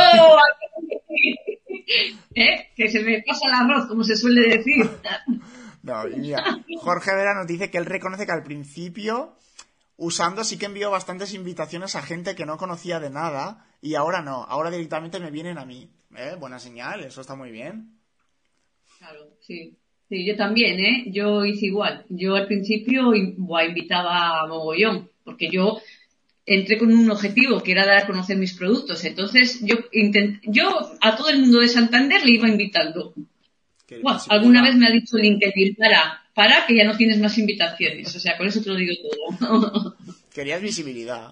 que se me pasa el arroz, como se suele decir. No, y mira, Jorge Vera nos dice que él reconoce que al principio, usando, sí que envió bastantes invitaciones a gente que no conocía de nada y ahora no, ahora directamente me vienen a mí. Buena señal, eso está muy bien. Claro, sí. Sí, yo también, Yo hice igual. Yo al principio invitaba a mogollón, porque yo entré con un objetivo que era dar a conocer mis productos. Entonces yo a todo el mundo de Santander le iba invitando. Alguna vez me ha dicho LinkedIn, para que ya no tienes más invitaciones. O sea, con eso te lo digo todo. Querías visibilidad.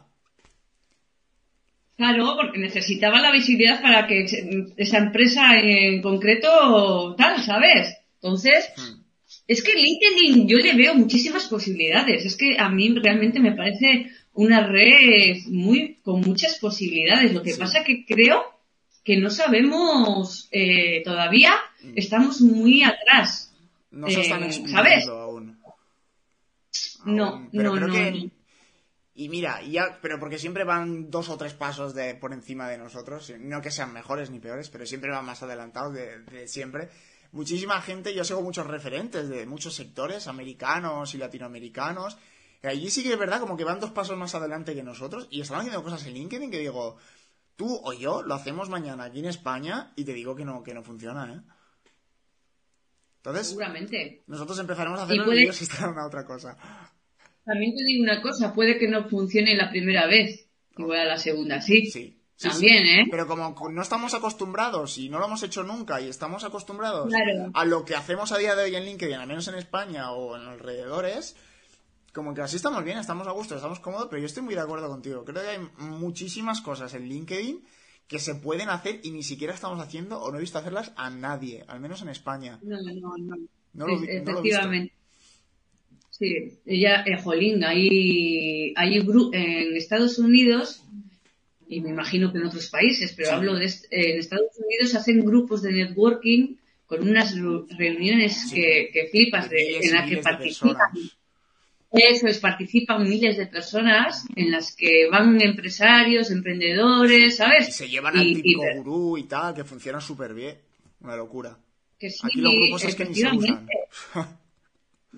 Claro, porque necesitaba la visibilidad para que esa empresa en concreto tal, ¿sabes? Entonces, es que LinkedIn yo le veo muchísimas posibilidades. Es que a mí realmente me parece una red con muchas posibilidades. Lo que pasa que creo que no sabemos todavía, estamos muy atrás. No se están explicando, ¿sabes? Aún. No, pero no, creo no. que... Y mira, pero porque siempre van 2 o 3 pasos por encima de nosotros, no que sean mejores ni peores, pero siempre van más adelantados de siempre. Muchísima gente, yo sigo muchos referentes de muchos sectores, americanos y latinoamericanos, y allí sí que es verdad como que van 2 pasos más adelante que nosotros, y están haciendo cosas en LinkedIn que digo, tú o yo lo hacemos mañana aquí en España, y te digo que no funciona, Entonces, seguramente. Nosotros empezaremos a hacer vídeos y estará una otra cosa. También te digo una cosa, puede que no funcione la primera vez, igual a la segunda sí. También, sí. Pero como no estamos acostumbrados y no lo hemos hecho nunca y estamos acostumbrados a lo que hacemos a día de hoy en LinkedIn, al menos en España o en alrededores, como que así estamos bien, estamos a gusto, estamos cómodos, pero yo estoy muy de acuerdo contigo. Creo que hay muchísimas cosas en LinkedIn que se pueden hacer y ni siquiera estamos haciendo o no he visto hacerlas a nadie, al menos en España. No lo he visto. Sí, jolín, hay en Estados Unidos, y me imagino que en otros países, pero hablo en Estados Unidos hacen grupos de networking con unas reuniones que flipas, en las que participan. Eso es, participan miles de personas en las que van empresarios, emprendedores, ¿sabes? Y se llevan al típico gurú y tal, que funciona súper bien. Una locura. Que sí, aquí los grupos es que ni se usan.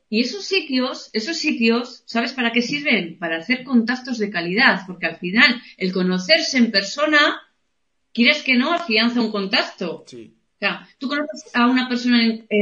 Y esos sitios, ¿sabes para qué sirven? Para hacer contactos de calidad, porque al final el conocerse en persona, quieres que no, afianza un contacto. Sí. O sea, tú conoces a una persona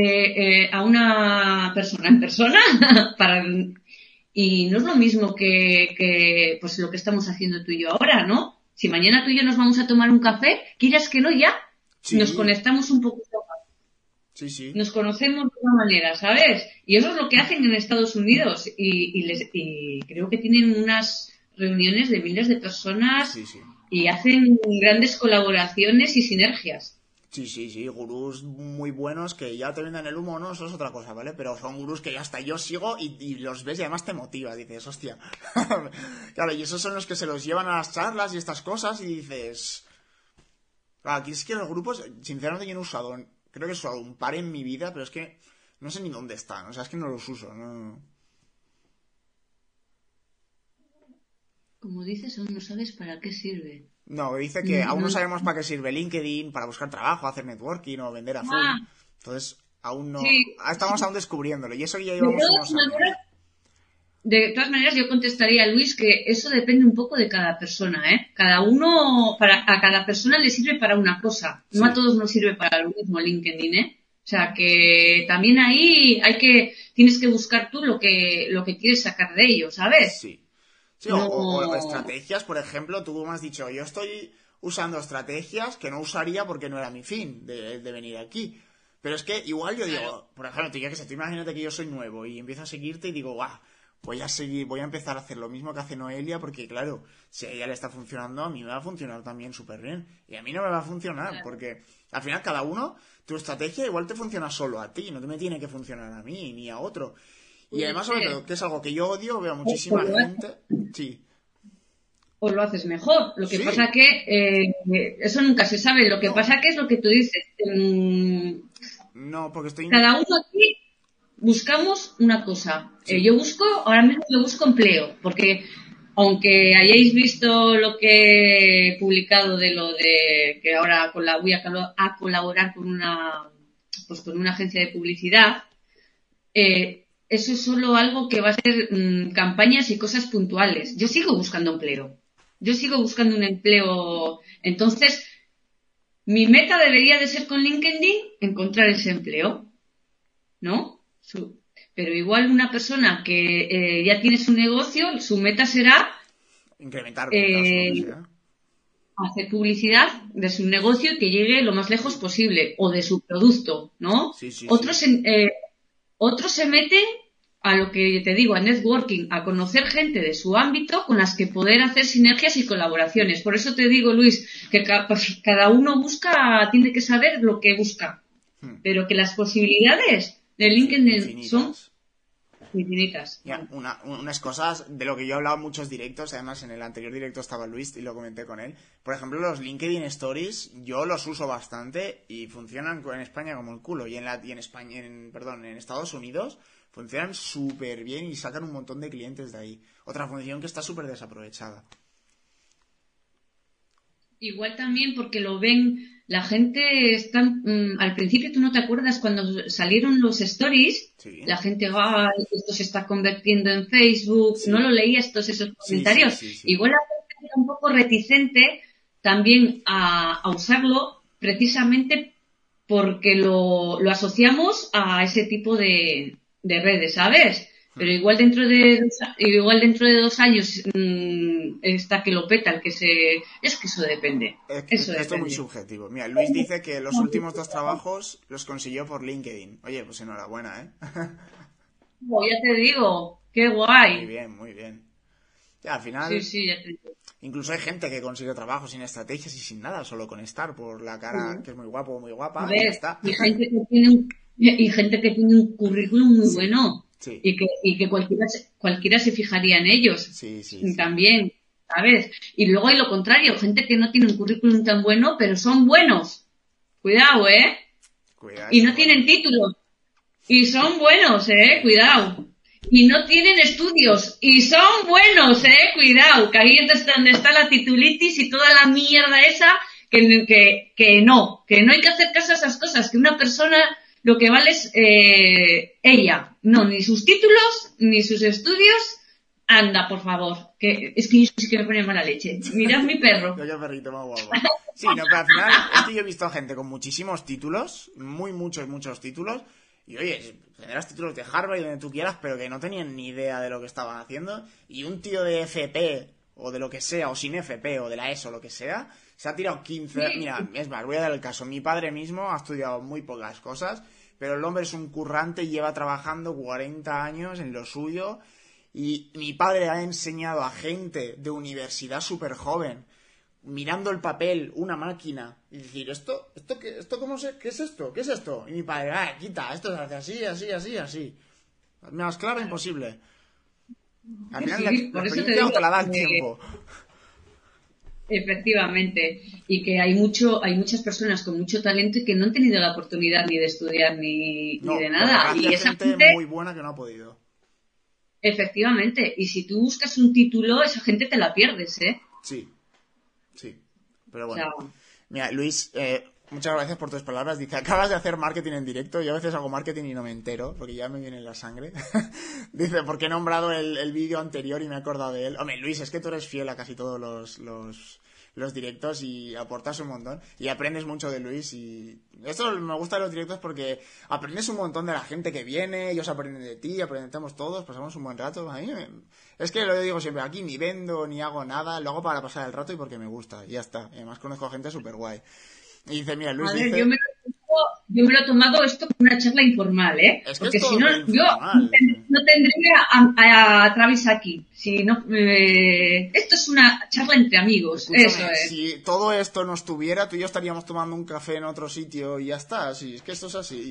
en persona y no es lo mismo que pues lo que estamos haciendo tú y yo ahora, ¿no? Si mañana tú y yo nos vamos a tomar un café, quieras que no, ya Sí. nos conectamos un poquito más. Sí, sí. Nos conocemos de una manera, ¿sabes? Y eso es lo que hacen en Estados Unidos y creo que tienen unas reuniones de miles de personas Sí, sí. y hacen grandes colaboraciones y sinergias. Sí, sí, sí, gurús muy buenos que ya te venden el humo, ¿no? Eso es otra cosa, ¿vale? Pero son gurús que ya hasta yo sigo y los ves y además te motiva, dices, hostia. Claro, y esos son los que se los llevan a las charlas y estas cosas y dices... Claro, aquí es que los grupos, sinceramente yo no he usado, creo que he usado un par en mi vida, pero es que no sé ni dónde están, o sea, es que no los uso, no... Como dices, aún no sabes para qué sirve. No, dice que aún no sabemos para qué sirve LinkedIn, para buscar trabajo, hacer networking o vender a full. Entonces, aún no... Sí. Estamos aún descubriéndolo y eso ya De llevamos todas unos años. maneras, de todas maneras, yo contestaría a Luis que eso depende un poco de cada persona, ¿eh? A cada persona le sirve para una cosa. No Sí. a todos nos sirve para lo mismo LinkedIn, ¿eh? O sea, que también ahí tienes que buscar tú lo que quieres sacar de ello, ¿sabes? Sí. Sí, No. o estrategias, por ejemplo, tú me has dicho, yo estoy usando estrategias que no usaría porque no era mi fin de venir aquí. Pero es que igual yo digo, por ejemplo, tú imagínate que yo soy nuevo y empiezo a seguirte y digo, guau, voy a empezar a hacer lo mismo que hace Noelia porque, claro, si a ella le está funcionando, a mí me va a funcionar también súper bien. Y a mí no me va a funcionar porque al final cada uno, tu estrategia igual te funciona solo a ti, no me tiene que funcionar a mí ni a otro. Y además, sobre todo, que es algo que yo odio, veo a muchísima gente... Sí. O lo haces mejor. Lo que Sí. pasa que eso nunca se sabe. Lo que No. pasa que es lo que tú dices. No, porque estoy... Cada uno aquí buscamos una cosa. Sí. Yo ahora mismo yo busco empleo, porque aunque hayáis visto lo que he publicado de lo de que ahora voy a colaborar con una agencia de publicidad, eso es solo algo que va a ser campañas y cosas puntuales. Yo sigo buscando empleo. Yo sigo buscando un empleo. Entonces, mi meta debería de ser con LinkedIn encontrar ese empleo, ¿no? Pero igual una persona que ya tiene su negocio, su meta será Incrementar ventas, o lo que sea. hacer publicidad de su negocio y que llegue lo más lejos posible, o de su producto, ¿no? Sí, sí, Otros sí. Otros se meten a lo que te digo, a networking, a conocer gente de su ámbito con las que poder hacer sinergias y colaboraciones. Por eso te digo, Luis, que cada uno tiene que saber lo que busca. Pero que las posibilidades de LinkedIn son infinitas. Ya, unas cosas de lo que yo he hablado en muchos directos, además en el anterior directo estaba Luis y lo comenté con él. Por ejemplo, los LinkedIn Stories, yo los uso bastante y funcionan en España como el culo. Y en Estados Unidos funcionan súper bien y sacan un montón de clientes de ahí. Otra función que está súper desaprovechada. Igual también porque lo ven, la gente está, al principio tú no te acuerdas cuando salieron los stories, Sí. la gente, esto se está convirtiendo en Facebook, Sí. no lo leías todos esos comentarios. Sí. Igual la gente está un poco reticente también a usarlo precisamente porque lo asociamos a ese tipo de redes, ¿sabes? Pero igual dentro de 2 años está que lo peta, es que eso depende. Esto es muy subjetivo. Mira, Luis dice que los últimos 2 trabajos los consiguió por LinkedIn. Oye, pues enhorabuena, ¿eh? Ya te digo, qué guay. Muy bien, muy bien. Ya, al final... Sí, ya te digo. Incluso hay gente que consigue trabajo sin estrategias y sin nada, solo con estar por la cara, que es muy guapo o muy guapa, A ver, y ya está. y gente que tiene un currículum muy bueno. Sí. Y que cualquiera se fijaría en ellos. Sí. También, ¿sabes? Y luego hay lo contrario, gente que no tiene un currículum tan bueno, pero son buenos. Cuidado, ¿eh? Cuidado, Y no tienen títulos. Y son buenos, cuidado. Y no tienen estudios. Y son buenos, cuidado. Que ahí es donde está la titulitis y toda la mierda esa que no hay que hacer caso a esas cosas. Que una persona lo que vale es ella. No, ni sus títulos, ni sus estudios. Anda, por favor, que es que yo sí que me pone mala leche. Mirad mi perro. Yo qué perrito más guapo. Sí, no, pero al final es que yo he visto gente con muchísimos títulos, muchos títulos, y oye, tendrás títulos de Harvard y donde tú quieras, pero que no tenían ni idea de lo que estaban haciendo, y un tío de FP, o de lo que sea, o sin FP, o de la ESO, o lo que sea, se ha tirado 15... Mira, es más, voy a dar el caso. Mi padre mismo ha estudiado muy pocas cosas, pero el hombre es un currante y lleva trabajando 40 años en lo suyo, y mi padre ha enseñado a gente de universidad súper joven, mirando el papel, una máquina, y decir, ¿esto cómo se, qué es esto? ¿Qué es esto? Y mi padre, quita, esto se hace así. Más claro imposible. Al final la experiencia te la da el tiempo. Efectivamente, y que hay muchas personas con mucho talento que no han tenido la oportunidad ni de estudiar ni de nada. Y esa gente muy buena que no ha podido. Efectivamente, y si tú buscas un título, esa gente te la pierdes, ¿eh? Sí, pero bueno. Mira, Luis, muchas gracias por tus palabras. Dice, acabas de hacer marketing en directo. Yo a veces hago marketing y no me entero, porque ya me viene en la sangre. Dice, porque he nombrado el vídeo anterior y me he acordado de él. Hombre, Luis, es que tú eres fiel a casi todos los directos y aportas un montón. Y aprendes mucho de Luis y... Esto me gusta de los directos porque aprendes un montón de la gente que viene, ellos aprenden de ti, aprendemos todos, pasamos un buen rato. Es que lo digo siempre, aquí ni vendo ni hago nada, lo hago para pasar el rato y porque me gusta, y ya está. Y además conozco gente súper guay. Y dice, mira, Luis dice... yo me lo he tomado esto como una charla informal, ¿eh? Es que porque es si no, yo no tendría a Travis aquí. Si no, esto es una charla entre amigos. Escúchame, eso es. Si todo esto no estuviera, tú y yo estaríamos tomando un café en otro sitio y ya está. Sí, es que esto es así.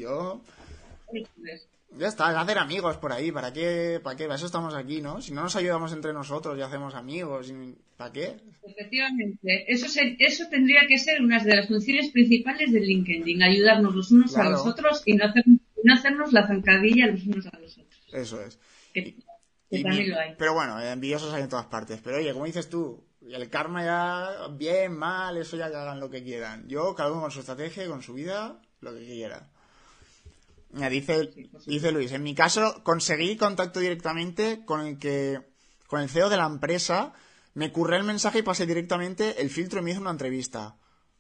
Ya está, hacer amigos por ahí. ¿Para qué? Para eso estamos aquí, ¿no? Si no nos ayudamos entre nosotros y hacemos amigos, ¿para qué? Efectivamente. Eso tendría que ser una de las funciones principales del LinkedIn. Ayudarnos los unos a los otros y no hacernos la zancadilla los unos a los otros. Eso es. Que también lo hay. Pero bueno, envidiosos hay en todas partes. Pero oye, como dices tú, el karma ya, bien, mal, eso ya que hagan lo que quieran. Yo, cada uno con su estrategia y con su vida, lo que quiera. Dice Luis, en mi caso conseguí contacto directamente con el CEO de la empresa, me curré el mensaje y pasé directamente el filtro y me hizo una entrevista.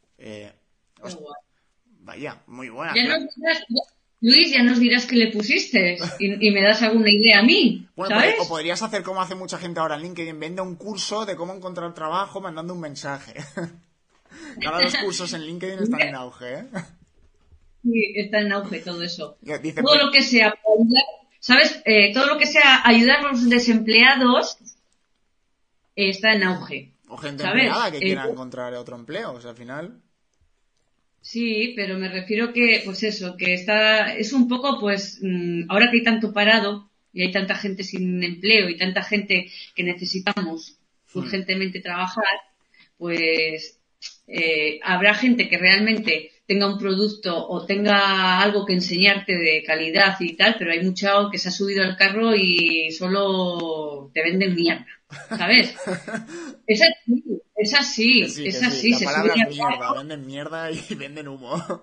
Vaya, muy buena. Luis, ya nos dirás qué le pusiste y me das alguna idea a mí, bueno, ¿sabes? O podrías hacer como hace mucha gente ahora en LinkedIn, vende un curso de cómo encontrar trabajo mandando un mensaje. Ahora los cursos en LinkedIn están en auge, ¿eh? Sí, está en auge todo eso. Dice, todo lo que sea, ¿sabes? Todo lo que sea ayudar a los desempleados está en auge. O gente ¿sabes? empleada que quiera encontrar otro empleo, o sea, al final... Sí, pero me refiero que, pues eso, que es un poco, pues, ahora que hay tanto parado y hay tanta gente sin empleo y tanta gente que necesitamos urgentemente trabajar, pues habrá gente que realmente tenga un producto o tenga algo que enseñarte de calidad y tal, pero hay mucho que se ha subido al carro y solo te venden mierda, ¿sabes? Es así. La palabra es mierda, venden mierda y venden humo.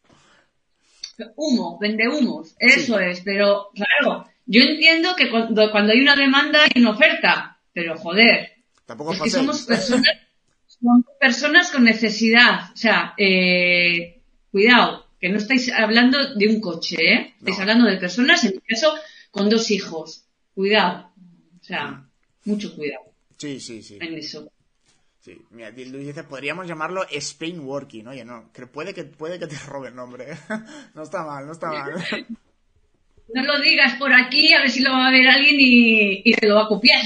Vende humos, eso es, pero claro, yo entiendo que cuando hay una demanda hay una oferta, pero joder, tampoco es que somos personas con necesidad, o sea, cuidado, que no estáis hablando de un coche, ¿eh? Estáis hablando de personas, en mi caso, con 2 hijos, cuidado, o sea, mucho cuidado. Sí. En eso. Sí, mira, Luis dice, podríamos llamarlo Spain Working. Oye, no, que puede que te robe el nombre, ¿eh? No está mal. No lo digas por aquí, a ver si lo va a ver alguien y te lo va a copiar.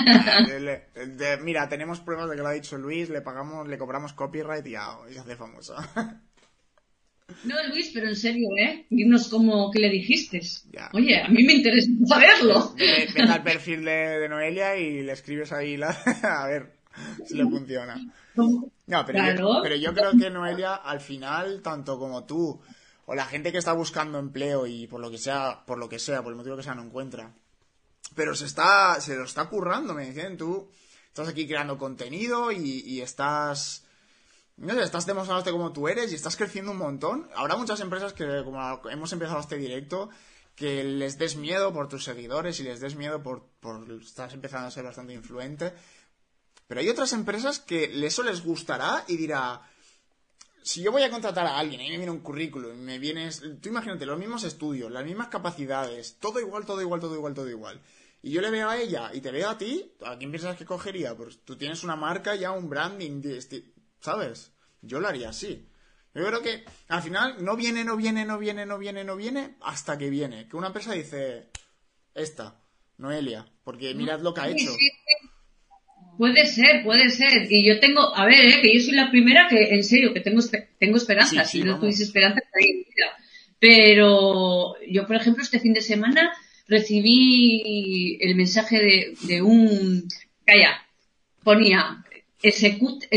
Mira, tenemos pruebas de que lo ha dicho Luis, le cobramos copyright y ya, y se hace famoso. No, Luis, pero en serio, ¿eh? Dinos qué le dijiste. Ya. Oye, a mí me interesa saberlo. Vete al perfil de Noelia y le escribes ahí a ver si le funciona. No, pero yo creo que Noelia, al final, tanto como tú, o la gente que está buscando empleo y por lo que sea, por el motivo que sea, no encuentra, pero se lo está currando, me dicen, tú estás aquí creando contenido y estás no sé, estás demostrándote como tú eres y estás creciendo un montón. Habrá muchas empresas que, como hemos empezado este directo, que les des miedo por tus seguidores y les des miedo por estás empezando a ser bastante influente. Pero hay otras empresas que eso les gustará y dirá, si yo voy a contratar a alguien, ahí me viene un currículum, me vienes, tú imagínate, los mismos estudios, las mismas capacidades, todo igual, todo igual, todo igual, todo igual. Y yo le veo a ella y te veo a ti, ¿a quién piensas que cogería? Pues tú tienes una marca ya, un branding, ¿sabes? Yo lo haría así. Yo creo que al final no viene hasta que viene. Que una empresa dice, Noelia, porque mirad lo que ha hecho. Sí. Puede ser. Y yo tengo, a ver, que yo soy la primera que, en serio, que tengo esperanza. Si no tuviese esperanza, estaría en vida. Pero yo, por ejemplo, este fin de semana recibí el mensaje de un... Calla, ponía execute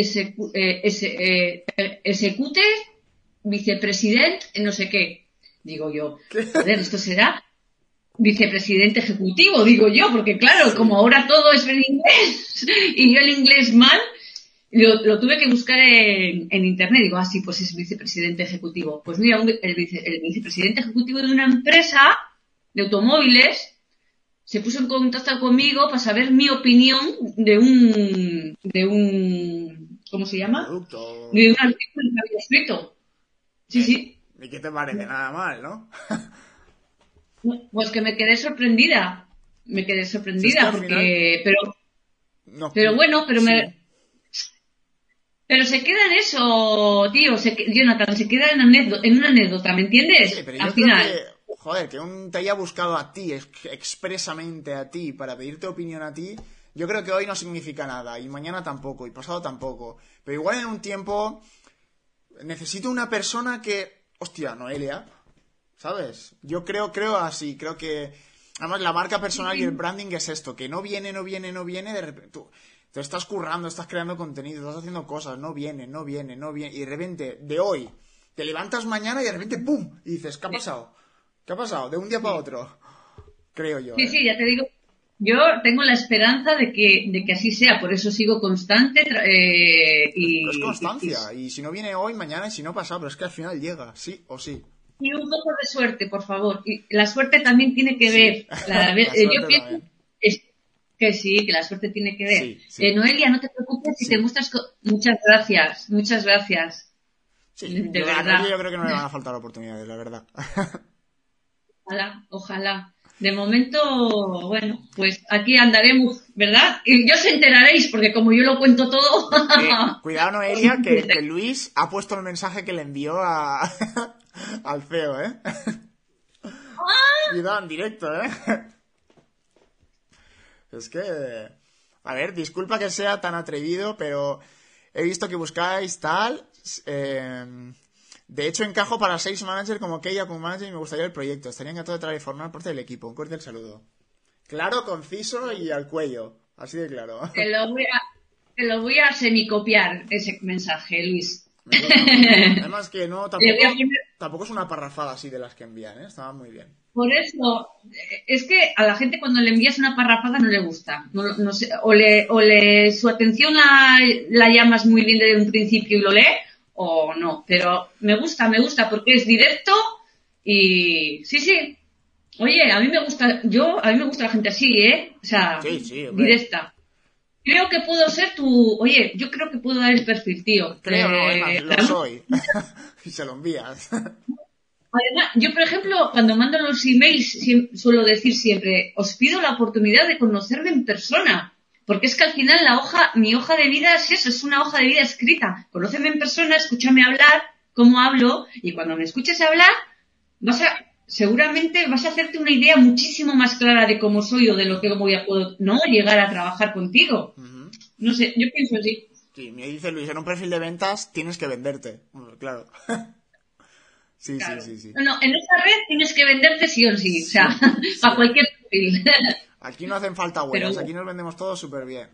vicepresidente, no sé qué. Digo yo, joder, esto será vicepresidente ejecutivo, digo yo, porque claro, sí. Como ahora todo es en inglés y yo el inglés mal, lo tuve que buscar en internet. Digo, sí, pues es vicepresidente ejecutivo. Pues mira, el vicepresidente ejecutivo de una empresa de automóviles se puso en contacto conmigo para saber mi opinión de un ¿cómo se llama? Producto. De un artículo que había escrito. Sí. ¿Y qué te parece? Nada mal, ¿no? Pues que me quedé sorprendida. Porque... Pero bueno, pero sí. Pero se queda en eso, tío. Jonathan, se queda en una anécdota, ¿me entiendes? Sí, pero al final. Que te haya buscado a ti, expresamente a ti, para pedirte opinión a ti, yo creo que hoy no significa nada, y mañana tampoco, y pasado tampoco. Pero igual en un tiempo necesito una persona que... Hostia, Noelia, ¿sabes? Yo creo así, creo que... Además, la marca personal y el branding es esto, que no viene, de repente... Tú te estás currando, estás creando contenido, estás haciendo cosas, no viene, y de repente, de hoy, te levantas mañana y de repente, ¡pum! Y dices, ¿qué ha pasado? ¿Qué ha pasado? De un día para otro. Creo yo. Sí, ya te digo. Yo tengo la esperanza de que así sea, por eso sigo constante y... Es constancia, y si no viene hoy, mañana, y si no pasa, pero es que al final llega, sí o sí. Y un poco de suerte, por favor. Y la suerte también tiene que ver. Yo pienso que sí, que la suerte tiene que ver. Sí. Noelia, no te preocupes si te muestras... Muchas gracias. Sí, de verdad. Yo creo que no le van a faltar oportunidades, la verdad. Ojalá. De momento, bueno, pues aquí andaremos, ¿verdad? Y ya os enteraréis, porque como yo lo cuento todo... Cuidado, Noelia, que Luis ha puesto el mensaje que le envió al CEO, ¿eh? Cuidado, en directo, ¿eh? Es que... A ver, disculpa que sea tan atrevido, pero he visto que buscáis tal... De hecho, encajo para Sales Manager como Keia como manager y me gustaría el proyecto. Estaría encantado de traer y formar parte del equipo. Un cordial saludo. Claro, conciso y al cuello. Así de claro. Te lo voy a semicopiar ese mensaje, Luis. Además que no, tampoco es una parrafada así de las que envían, ¿eh? Estaba muy bien. Por eso, es que a la gente cuando le envías una parrafada no le gusta. No sé, o su atención la llamas muy bien desde un principio y lo lee, o no, pero me gusta porque es directo y sí. Oye, a mí me gusta la gente así, o sea, sí, directa. Creo que puedo ser yo creo que puedo dar el perfil, tío. Creo no, es más, lo soy. Y se lo envías. Además, yo, por ejemplo, cuando mando los emails suelo decir siempre, os pido la oportunidad de conocerme en persona. Porque es que al final mi hoja de vida es eso, es una hoja de vida escrita. Conóceme en persona, escúchame hablar, cómo hablo, y cuando me escuches hablar, seguramente vas a hacerte una idea muchísimo más clara de cómo soy o de lo que puedo llegar a trabajar contigo. Uh-huh. No sé, yo pienso así. Sí, me dice Luis, en un perfil de ventas tienes que venderte. Bueno, claro. Sí. No, en esa red tienes que venderte sí o sí. O sea, para cualquier perfil. Aquí no hacen falta huellas, aquí nos vendemos todo súper bien.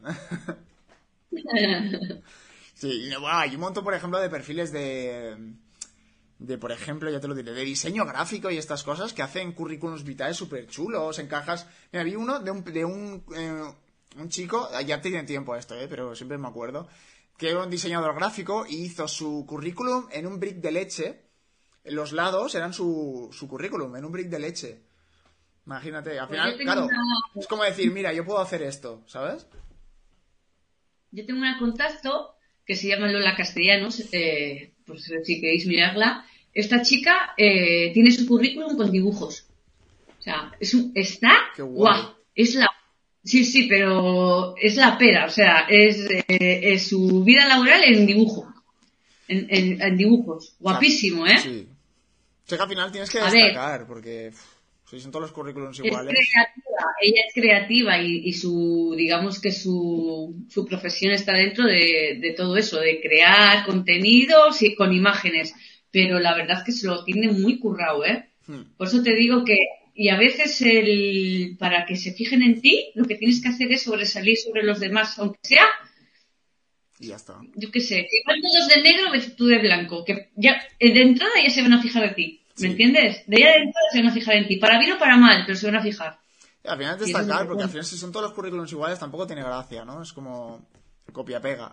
Sí, bueno, hay un montón, por ejemplo, de perfiles de, por ejemplo, ya te lo diré, de diseño gráfico y estas cosas que hacen currículums vitae súper chulos, encajas... Mira, vi uno de un chico, ya tiene tiempo esto, pero siempre me acuerdo, que era un diseñador gráfico y hizo su currículum en un brick de leche. Los lados eran su currículum, en un brick de leche. Imagínate, al final, claro, es como decir, mira, yo puedo hacer esto, ¿sabes? Yo tengo una contacto que se llama Lola Castellanos, pues si queréis mirarla. Esta chica tiene su currículum con dibujos. O sea, está guau. Es la... Sí, pero es la pera. O sea, es su vida laboral en dibujo. En dibujos. Guapísimo, ¿eh? Sí. O sea, que al final tienes que destacar, porque si son todos los currículums iguales. Ella es creativa y digamos que su profesión está dentro de todo eso, de crear contenidos y con imágenes. Pero la verdad es que se lo tiene muy currado, ¿eh? Por eso te digo que, y a veces para que se fijen en ti, lo que tienes que hacer es sobresalir sobre los demás, aunque sea, y ya está. Yo qué sé, que van todos de negro, ves tú de blanco, que ya de entrada ya se van a fijar en ti, ¿me entiendes? De ya de entrada se van a fijar en ti, para bien o para mal, pero se van a fijar. Y al final destacar, porque al final si son todos los currículums iguales tampoco tiene gracia, ¿no? Es como copia-pega.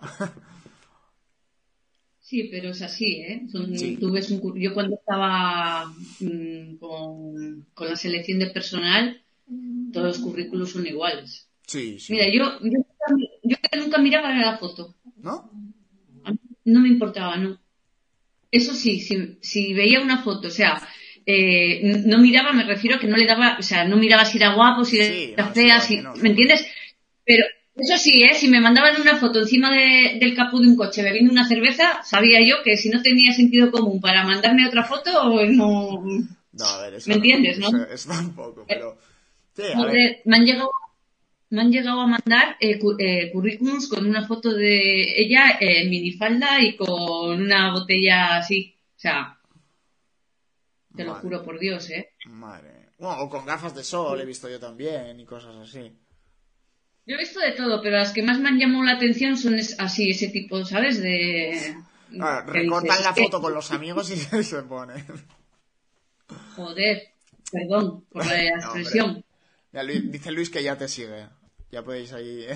Sí, pero es así, ¿eh? Sí. Tú ves yo cuando estaba con la selección de personal, todos los currículos son iguales. Sí. Mira, yo nunca miraba la foto. ¿No? No me importaba, no. Eso sí, si veía una foto, o sea, no miraba, me refiero a que no le daba, o sea, no miraba si era guapo, si era fea, ¿me entiendes? Pero eso sí, si me mandaban una foto encima del capó de un coche bebiendo una cerveza, sabía yo que si no tenía sentido común para mandarme otra foto, no... No, a ver, eso ¿me entiendes, no? Eso tampoco, pero... Sí, Me han llegado a mandar currículums con una foto de ella en minifalda y con una botella así. O sea, te lo juro por Dios, ¿eh? Madre. Bueno, o con gafas de sol he visto yo también y cosas así. Yo he visto de todo, pero las que más me han llamado la atención son así, ese tipo, ¿sabes? Recortan la foto con los amigos y se pone. Joder, perdón por la expresión. Ya, dice Luis que ya te sigue. Ya podéis ahí...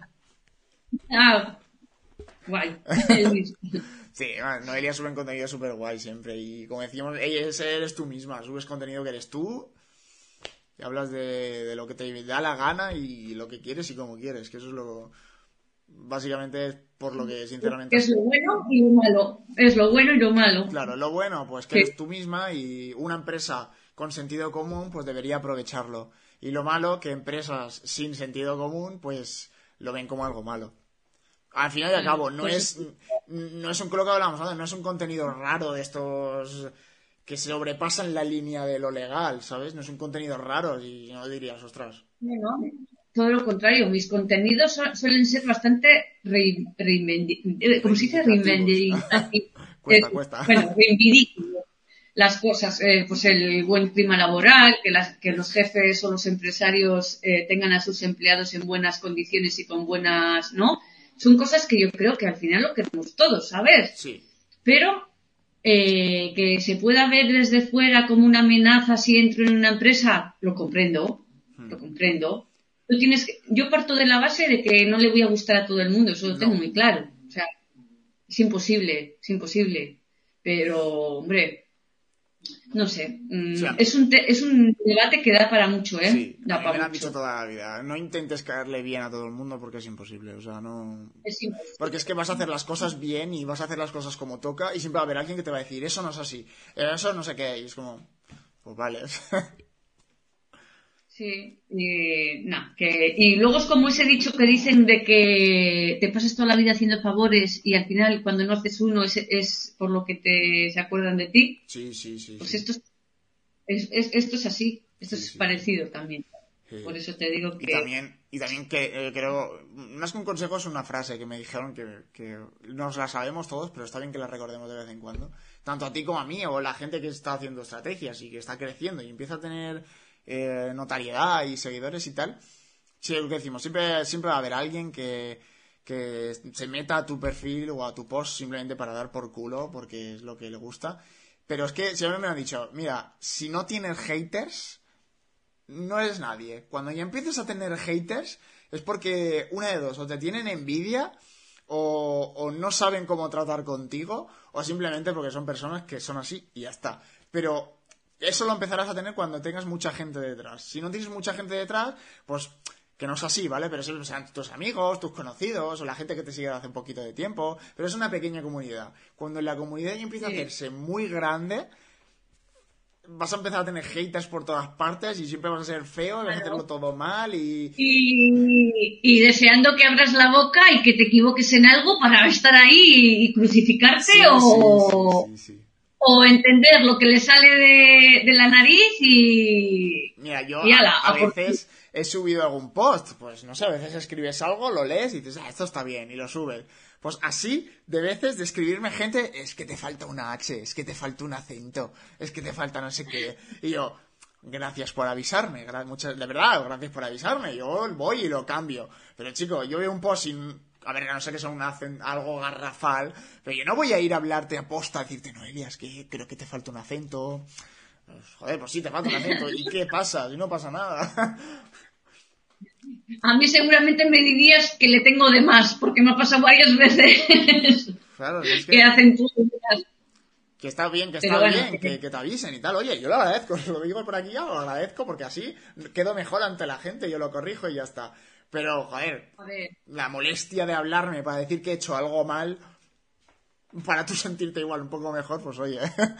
Guay. Sí, Noelia sube contenido súper guay siempre. Y como decíamos, eres tú misma. Subes contenido que eres tú. Y hablas de lo que te da la gana y lo que quieres y como quieres. Que eso es lo... Básicamente es por lo que sinceramente... Es lo bueno y lo malo. Es lo bueno y lo malo. Claro, lo bueno, pues que eres tú misma y una empresa con sentido común, pues debería aprovecharlo. Y lo malo, que empresas sin sentido común, pues lo ven como algo malo. Al final y al cabo, no es un colocado, hablamos, no es un contenido raro de estos que se sobrepasan la línea de lo legal, ¿sabes? No es un contenido raro y no dirías, ostras. No, todo lo contrario, mis contenidos suelen ser bastante ¿cómo se dice? Cuesta. Bueno, reivindico las cosas, pues el buen clima laboral, que los jefes o los empresarios tengan a sus empleados en buenas condiciones y con buenas, ¿no? Son cosas que yo creo que al final lo queremos todos, ¿sabes? Sí. Pero que se pueda ver desde fuera como una amenaza si entro en una empresa, lo comprendo. Yo parto de la base de que no le voy a gustar a todo el mundo, eso lo tengo muy claro. O sea, es imposible. Pero, hombre, no sé. Es un debate que da para mucho, ¿eh? Sí, da me lo han dicho toda la vida. No intentes caerle bien a todo el mundo porque es imposible. O sea, no... Es imposible. Porque es que vas a hacer las cosas bien y vas a hacer las cosas como toca y siempre va a haber alguien que te va a decir, eso no es así, eso no sé qué. Y es como, pues vale. Sí, y luego es como ese dicho que dicen de que te pasas toda la vida haciendo favores y al final cuando no haces uno es por lo que se acuerdan de ti. Sí. Pues esto es así, esto es parecido también. Sí. Por eso te digo que... Y también que creo, más que un consejo es una frase que me dijeron que nos la sabemos todos, pero está bien que la recordemos de vez en cuando. Tanto a ti como a mí o la gente que está haciendo estrategias y que está creciendo y empieza a tener... notariedad y seguidores y tal. Sí, lo que decimos, siempre va a haber alguien que se meta a tu perfil o a tu post simplemente para dar por culo porque es lo que le gusta. Pero es que siempre me han dicho, mira, si no tienes haters, no eres nadie. Cuando ya empieces a tener haters es porque una de dos, o te tienen envidia o no saben cómo tratar contigo, o simplemente porque son personas que son así y ya está. Pero eso lo empezarás a tener cuando tengas mucha gente detrás. Si no tienes mucha gente detrás, pues que no es así, ¿vale? Pero siempre sean tus amigos, tus conocidos, o la gente que te sigue hace un poquito de tiempo. Pero es una pequeña comunidad. Cuando la comunidad ya empieza a hacerse muy grande, vas a empezar a tener haters por todas partes y siempre vas a ser feo y vas a hacerlo todo mal y deseando que abras la boca y que te equivoques en algo para estar ahí y crucificarte sí. O entender lo que le sale de la nariz y... Mira, yo y a veces he subido algún post, pues no sé, a veces escribes algo, lo lees y dices, esto está bien, y lo subes. Pues así, de veces, de escribirme gente, es que te falta una H, es que te falta un acento, es que te falta no sé qué. Y yo, gracias por avisarme, de verdad, gracias por avisarme, yo voy y lo cambio. Pero chico, yo veo un post sin... A ver, a no sé que son algo garrafal, pero yo no voy a ir a hablarte a posta, a decirte, Noelia, es que creo que te falta un acento. Pues, joder, pues sí, te falta un acento. ¿Y qué pasa? Si no pasa nada. A mí seguramente me dirías que le tengo de más, porque me ha pasado varias veces. Claro, es que hacen tus... Que está bien, que te avisen y tal. Oye, yo lo agradezco, lo digo por aquí ya, lo agradezco porque así quedo mejor ante la gente, yo lo corrijo y ya está. Pero, joder, la molestia de hablarme para decir que he hecho algo mal, para tú sentirte igual un poco mejor, pues oye.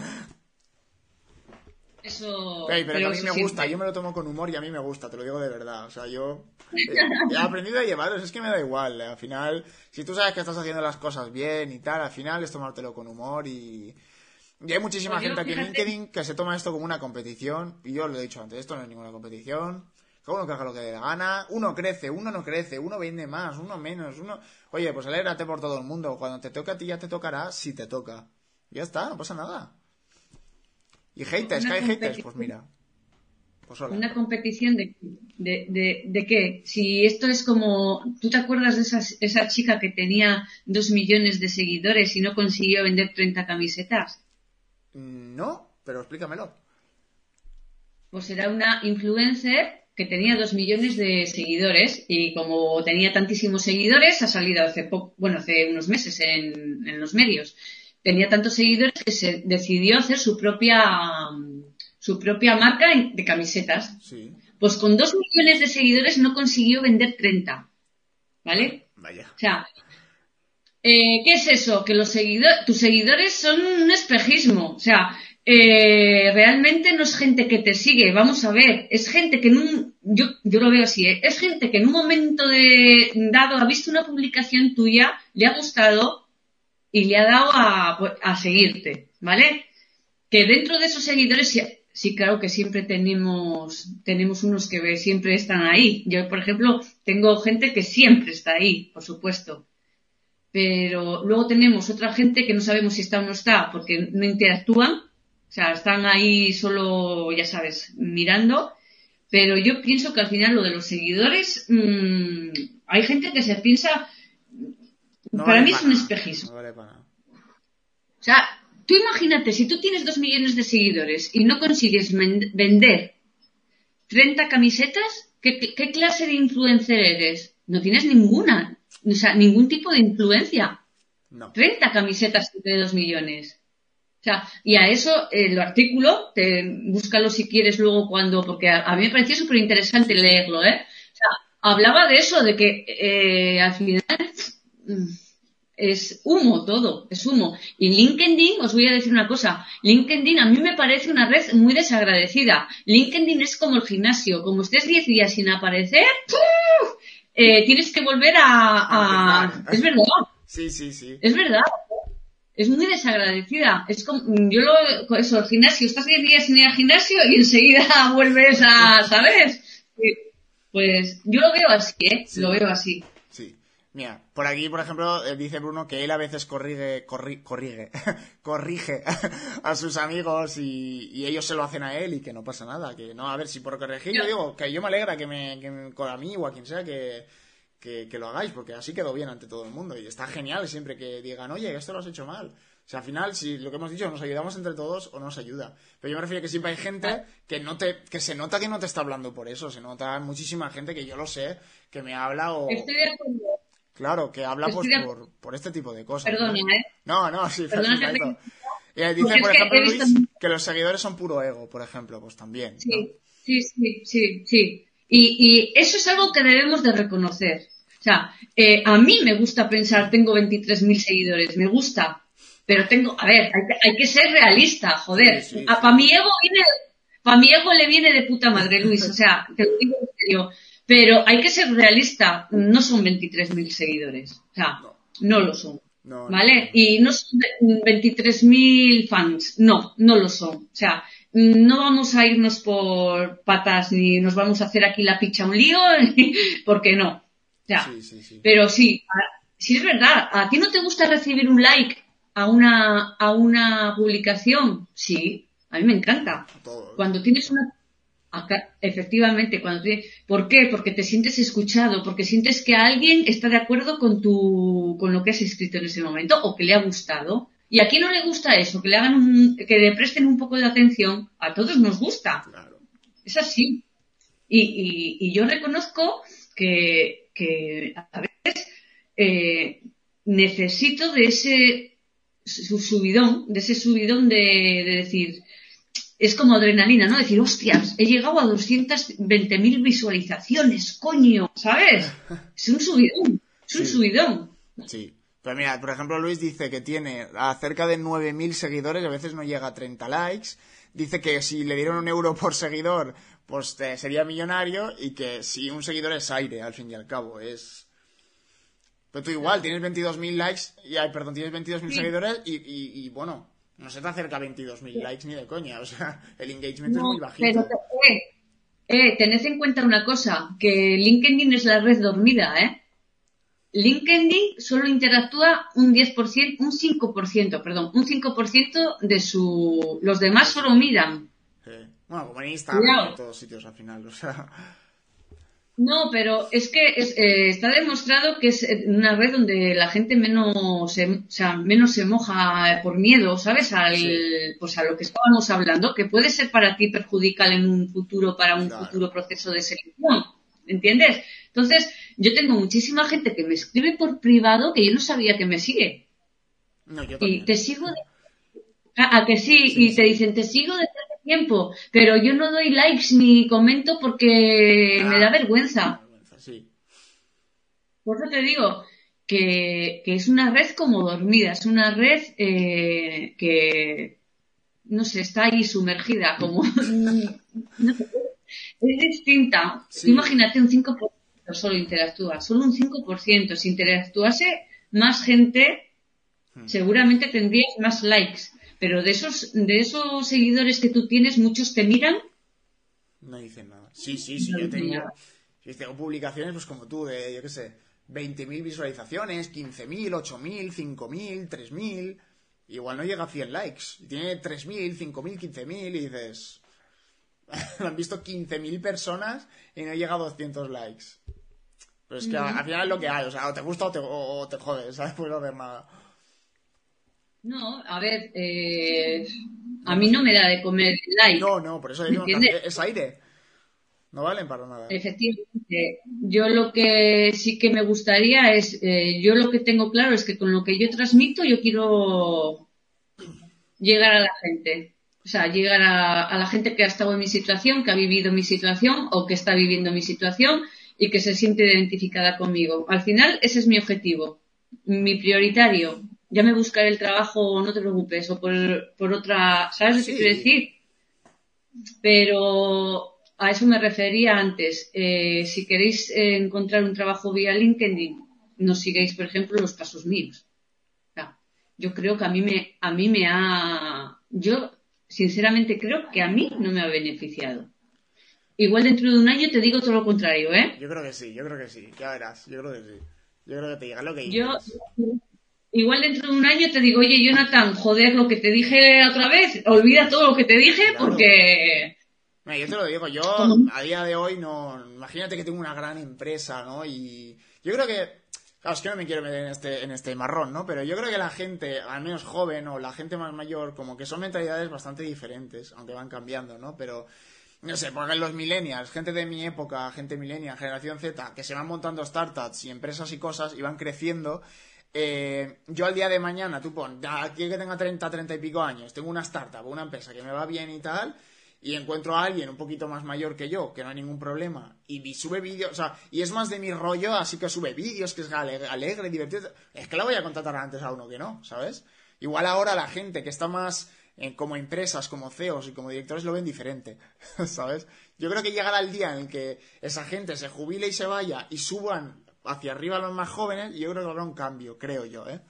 Eso... pero a mí me gusta, yo me lo tomo con humor y a mí me gusta, te lo digo de verdad. O sea, yo he aprendido a llevarlo, es que me da igual. Al final, si tú sabes que estás haciendo las cosas bien y tal, al final es tomártelo con humor y hay muchísima gente aquí en LinkedIn que se toma esto como una competición, y yo lo he dicho antes, esto no es ninguna competición. Cada uno que haga lo que le dé gana, uno crece, uno no crece, uno vende más, uno menos, Oye, pues alégrate por todo el mundo, cuando te toque a ti ya te tocará si te toca. Ya está, no pasa nada. Y haters, que hay haters, pues mira. Pues hola. Una competición de qué, si esto es como, ¿tú te acuerdas de esa chica que tenía 2 millones de seguidores y no consiguió vender 30 camisetas? No, pero explícamelo. Pues era una influencer que tenía 2 millones de seguidores y como tenía tantísimos seguidores ha salido hace unos meses en los medios. Tenía tantos seguidores que se decidió hacer su propia marca de camisetas. Sí. Pues con 2 millones de seguidores no consiguió vender 30. ¿Vale? Vaya. O sea, ¿qué es eso? Que tus seguidores son un espejismo. O sea, realmente no es gente que te sigue, vamos a ver, es gente que yo lo veo así, es gente que en un momento dado ha visto una publicación tuya, le ha gustado y le ha dado a seguirte, ¿vale? Que dentro de esos seguidores sí, claro que siempre tenemos unos que siempre están ahí. Yo, por ejemplo, tengo gente que siempre está ahí, por supuesto. Pero luego tenemos otra gente que no sabemos si está o no está porque no interactúan. O sea, están ahí solo, ya sabes, mirando. Pero yo pienso que al final lo de los seguidores, hay gente que se piensa, para mí es un espejismo. No vale para nada. O sea, tú imagínate, si tú tienes 2 millones de seguidores y no consigues vender 30 camisetas, ¿qué clase de influencer eres? No tienes ninguna, o sea, ningún tipo de influencia. No. 30 camisetas de 2 millones. O sea, y a eso, el artículo, búscalo si quieres luego porque a mí me pareció súper interesante leerlo, ¿eh? O sea, hablaba de eso, de que al final es humo todo, es humo. Y LinkedIn, os voy a decir una cosa, LinkedIn a mí me parece una red muy desagradecida. LinkedIn es como el gimnasio, como estés 10 días sin aparecer, tienes que volver Es verdad. Sí. Es verdad. Es muy desagradecida. Es como, el gimnasio, estás 10 días sin ir al gimnasio y enseguida vuelves ¿sabes? Pues yo lo veo así, Sí. Lo veo así. Sí. Mira, por aquí, por ejemplo, dice Bruno que él a veces corrige a sus amigos y ellos se lo hacen a él y que no pasa nada. Que no, a ver, si por corregir, yo digo que yo me alegra que a mí o a quien sea que lo hagáis, porque así quedó bien ante todo el mundo. Y está genial siempre que digan, oye, esto lo has hecho mal. O sea, al final, si lo que hemos dicho, nos ayudamos entre todos o no nos ayuda. Pero yo me refiero a que siempre hay gente que se nota que no te está hablando por eso. Se nota muchísima gente que yo lo sé, que me habla o... Estoy de acuerdo. Claro, que habla pues Estoy de- por este tipo de cosas, ¿no? Perdona, ¿eh? No, sí, Perdona que perfecto. Y porque dice, es por que ejemplo, he visto... Luis, que los seguidores son puro ego, por ejemplo, pues también, ¿no? Sí. Y eso es algo que debemos de reconocer. O sea, a mí me gusta pensar, tengo 23.000 seguidores, me gusta, pero a ver, hay que ser realista, joder. Sí. Para mi ego le viene de puta madre, Luis, o sea, te lo digo en serio. Pero hay que ser realista, no son 23.000 seguidores, o sea, No, no lo son. no. ¿Vale? Y no son 23.000 fans, no lo son. O sea, no vamos a irnos por patas ni nos vamos a hacer aquí la picha un lío, porque no. O sea, Sí. pero sí, sí es verdad, ¿a ti no te gusta recibir un like a una publicación? Sí, a mí me encanta. A todos. Cuando tienes efectivamente, ¿por qué? Porque te sientes escuchado, porque sientes que alguien está de acuerdo con lo que has escrito en ese momento o que le ha gustado. ¿Y a quién no le gusta eso? Que le presten un poco de atención. A todos nos gusta. Claro. Es así. Y yo reconozco que a veces necesito de ese subidón de decir, es como adrenalina, ¿no? Decir, hostias, he llegado a 220.000 visualizaciones, coño, ¿sabes? Es un subidón, subidón. Sí. Pero mira, por ejemplo, Luis dice que tiene a cerca de 9.000 seguidores, a veces no llega a 30 likes. Dice que si le dieron 1 euro por seguidor, pues sería millonario, y que si un seguidor es aire, al fin y al cabo, es... Pero tú igual, tienes 22.000 likes, tienes 22.000 seguidores y bueno, no se te acerca a 22.000 likes ni de coña, o sea, el engagement es muy bajito. Pero tened en cuenta una cosa, que LinkedIn es la red dormida, ¿eh? LinkedIn solo interactúa un 10%, un 5% de los demás solo miran. Bueno, como en Instagram, en todos sitios al final, o sea... No, pero es que está demostrado que es una red donde la gente menos se moja por miedo, ¿sabes? Pues a lo que estábamos hablando, que puede ser para ti perjudicial en un futuro, para un futuro proceso de selección, ¿entiendes? Entonces, yo tengo muchísima gente que me escribe por privado que yo no sabía que me sigue. No, yo también. Y te sigo ¿A que sí? Y te dicen, te sigo desde hace tiempo, pero yo no doy likes ni comento porque me da vergüenza. Sí. Por eso te digo que es una red como dormida, es una red que, no sé, está ahí sumergida, como... no sé, es distinta. Sí. Imagínate, un 5% solo interactúa, solo un 5%. Si interactuase más gente, seguramente tendrías más likes. Pero de esos seguidores que tú tienes, muchos te miran. No dicen nada. Sí, yo tengo publicaciones, pues como tú, de, yo qué sé, 20.000 visualizaciones, 15.000, 8.000, 5.000, 3.000. Igual no llega a 100 likes. Y tiene 3.000, 5.000, 15.000 y dices... Lo han visto 15.000 personas y no llega a 200 likes. Pero es que al final es lo que hay. O sea, o te gusta o te jodes, ¿sabes? Puedes no hacer nada. No, a ver, a mí no me da de comer el like. No, por eso digo, es aire. No valen para nada. Efectivamente. Yo lo que sí que me gustaría es, yo lo que tengo claro es que con lo que yo transmito yo quiero llegar a la gente. O sea, llegar a la gente que ha estado en mi situación, que ha vivido mi situación o que está viviendo mi situación y que se siente identificada conmigo. Al final, ese es mi objetivo, mi prioritario. Ya me buscaré el trabajo, no te preocupes, o por otra, ¿sabes lo que quiero decir? Pero a eso me refería antes. Si queréis encontrar un trabajo vía LinkedIn, no sigáis, por ejemplo, los pasos míos. O sea, yo creo que a mí me ha... Yo, sinceramente, creo que a mí no me ha beneficiado. Igual dentro de un año te digo todo lo contrario, ¿eh? Yo creo que sí. Ya verás, yo creo que sí. Yo creo que te llega lo que dices. Igual dentro de un año te digo, oye, Jonathan, joder, lo que te dije otra vez, olvida todo lo que te dije porque... Mira, yo te lo digo, yo a día de hoy no... Imagínate que tengo una gran empresa, ¿no? Y yo creo que... Claro, es que no me quiero meter en este marrón, ¿no? Pero yo creo que la gente, al menos joven o la gente más mayor, como que son mentalidades bastante diferentes, aunque van cambiando, ¿no? Pero no sé, porque los millennials, gente de mi época, gente millennial, generación Z, que se van montando startups y empresas y cosas y van creciendo, yo al día de mañana, tú pon, aquí que tenga 30 y pico años, tengo una startup, una empresa que me va bien y tal, y encuentro a alguien un poquito más mayor que yo, que no hay ningún problema, y sube vídeos, o sea, y es más de mi rollo, así que sube vídeos, que es alegre, divertido, es que la voy a contratar antes a uno que no, ¿sabes? Igual ahora la gente que está más como empresas, como CEOs y como directores lo ven diferente, ¿sabes? Yo creo que llegará el día en el que esa gente se jubile y se vaya y suban hacia arriba a los más jóvenes, y yo creo que habrá un cambio, creo yo, ¿eh?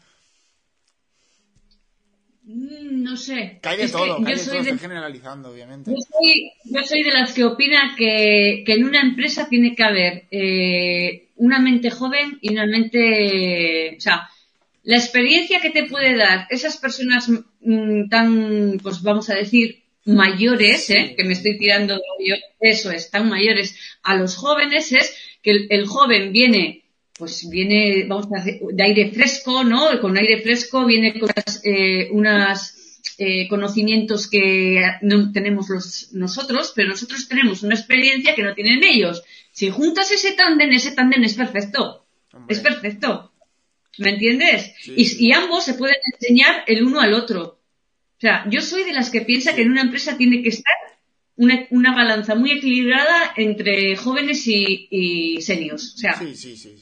No sé. Que hay de todo, estoy generalizando, obviamente. Yo soy de las que opina que en una empresa tiene que haber una mente joven y una mente... O sea, la experiencia que te puede dar esas personas tan, pues vamos a decir, mayores, que me estoy tirando yo, eso es, tan mayores, a los jóvenes es que el joven viene, vamos a decir, de aire fresco, ¿no? Con aire fresco viene con unas conocimientos que no tenemos nosotros, pero nosotros tenemos una experiencia que no tienen ellos. Si juntas ese tándem es perfecto. Hombre. Es perfecto. ¿Me entiendes? Sí. Y ambos se pueden enseñar el uno al otro. O sea, yo soy de las que piensa que en una empresa tiene que estar una balanza muy equilibrada entre jóvenes y seniors. O sea, sí.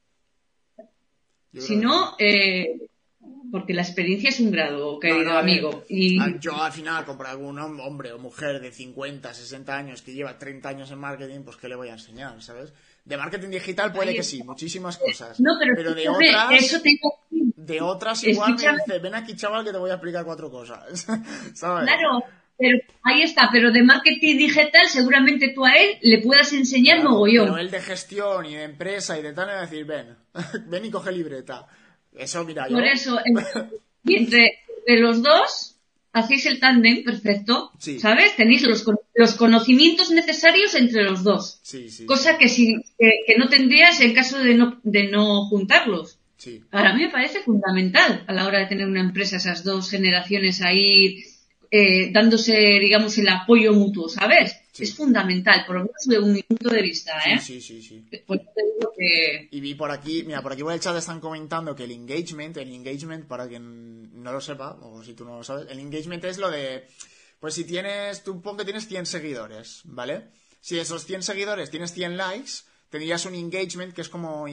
Si no, porque la experiencia es un grado, querido amigo. Y yo al final, comprar algún hombre o mujer de 50, 60 años que lleva 30 años en marketing, pues ¿qué le voy a enseñar, sabes? De marketing digital puede que sí, muchísimas cosas. No, pero de otras, de otras igual me dice, ven aquí, chaval, que te voy a explicar 4 cosas. ¿Sabes? Claro, pero ahí está, pero de marketing digital seguramente tú a él le puedas enseñar mogollón. Pero él de gestión y de empresa y de tal, le va a decir, ven y coge libreta. Eso, mira, Por eso, y entre los dos hacéis el tándem perfecto, sí. ¿Sabes? Tenéis los conocimientos necesarios entre los dos. Sí. Cosa que no tendrías en caso de no juntarlos. Sí. Ahora, a mí me parece fundamental a la hora de tener una empresa, esas dos generaciones ahí dándose, digamos, el apoyo mutuo, ¿sabes? Sí. Es fundamental, por lo menos desde mi punto de vista, ¿eh? Sí. Pues te digo que... Y vi por aquí, mira, por aquí por el chat están comentando que el engagement, para quien no lo sepa, o si tú no lo sabes, el engagement es lo de, pues si tú pon que tienes 100 seguidores, ¿vale? Si de esos 100 seguidores tienes 100 likes, tendrías un engagement es como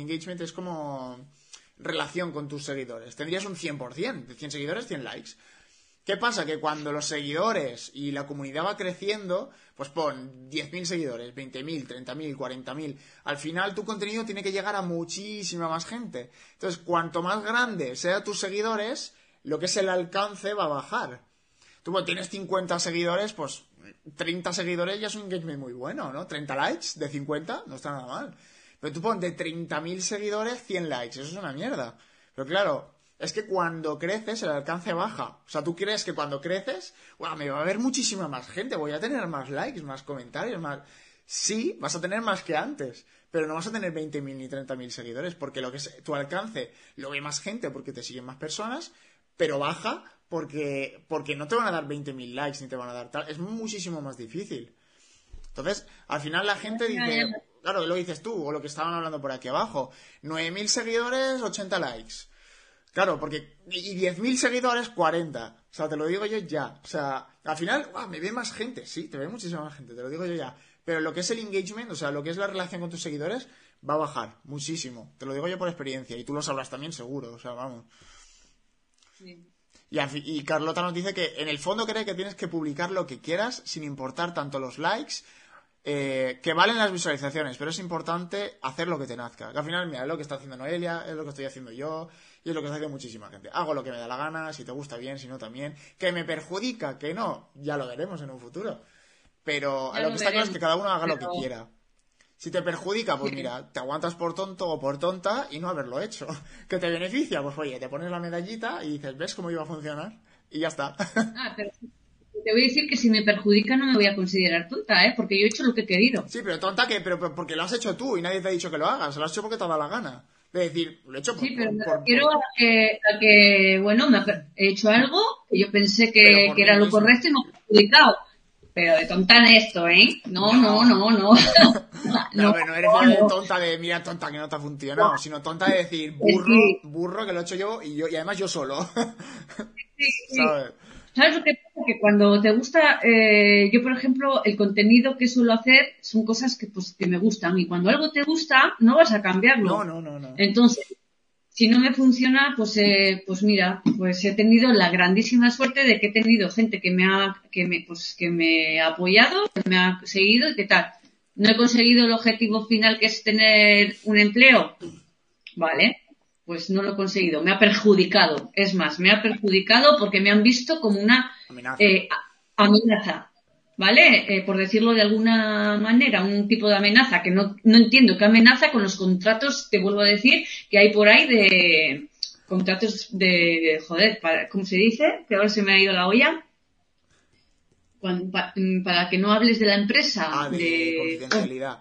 relación con tus seguidores. Tendrías un 100%, de 100 seguidores, 100 likes. ¿Qué pasa? Que cuando los seguidores y la comunidad va creciendo, pues pon 10.000 seguidores, 20.000, 30.000, 40.000. Al final tu contenido tiene que llegar a muchísima más gente. Entonces, cuanto más grande sean tus seguidores, lo que es el alcance va a bajar. Tú tienes 50 seguidores, pues 30 seguidores ya es un engagement muy bueno, ¿no? 30 likes de 50, no está nada mal. Pero tú pon de 30.000 seguidores, 100 likes, eso es una mierda. Pero claro... Es que cuando creces el alcance baja. O sea, tú crees que cuando creces, me va a haber muchísima más gente, voy a tener más likes, más comentarios, más... Sí, vas a tener más que antes, pero no vas a tener 20.000 ni 30.000 seguidores, porque lo que es tu alcance lo ve más gente porque te siguen más personas, pero baja porque no te van a dar 20.000 likes ni te van a dar tal. Es muchísimo más difícil. Entonces, al final la gente dice... Claro, lo dices tú, o lo que estaban hablando por aquí abajo. 9.000 seguidores, 80 likes. Claro, porque... Y 10.000 seguidores, 40. O sea, te lo digo yo ya. O sea, al final, me ve más gente. Sí, te ve muchísima más gente, te lo digo yo ya. Pero lo que es el engagement, o sea, lo que es la relación con tus seguidores, va a bajar muchísimo. Te lo digo yo por experiencia. Y tú lo sabrás también seguro, o sea, vamos. Sí. Y Carlota nos dice que en el fondo cree que tienes que publicar lo que quieras sin importar tanto los likes... que valen las visualizaciones, pero es importante hacer lo que te nazca. Que al final, mira, es lo que está haciendo Noelia, es lo que estoy haciendo yo, y es lo que está haciendo muchísima gente. Hago lo que me da la gana, si te gusta bien, si no también. Que me perjudica, que no, ya lo veremos en un futuro. Pero lo que está claro es que cada uno haga lo que quiera. Si te perjudica, pues mira, te aguantas por tonto o por tonta y no haberlo hecho. ¿Que te beneficia? Pues oye, te pones la medallita y dices, ¿ves cómo iba a funcionar? Y ya está. Pero... Te voy a decir que si me perjudica no me voy a considerar tonta, porque yo he hecho lo que he querido. Sí, pero tonta pero porque lo has hecho tú y nadie te ha dicho que lo hagas. Lo has hecho porque te ha dado la gana. De decir, lo he hecho por... Sí, pero me refiero a que, bueno, he hecho algo que yo pensé que era lo correcto y me ha perjudicado. Pero de tonta en esto, ¿eh? No. No, pero no eres de tonta de, mira, tonta que no te ha funcionado, sino tonta de decir, burro que lo he hecho yo y además yo solo. Sí. ¿Sabes? ¿Sabes lo que pasa? Que cuando te gusta, yo por ejemplo, el contenido que suelo hacer son cosas que me gustan, y cuando algo te gusta, no vas a cambiarlo. No. Entonces, si no me funciona, pues mira, pues he tenido la grandísima suerte de que he tenido gente que me ha apoyado, que me ha seguido y qué tal. No he conseguido el objetivo final, que es tener un empleo. Vale, pues no lo he conseguido. Me ha perjudicado. Es más, me ha perjudicado porque me han visto como una amenaza. ¿Vale? Por decirlo de alguna manera, un tipo de amenaza que no entiendo qué amenaza con los contratos, te vuelvo a decir, que hay por ahí de contratos de, joder, ¿cómo se dice? Que ahora se me ha ido la olla. Para que no hables de la empresa. De confidencialidad.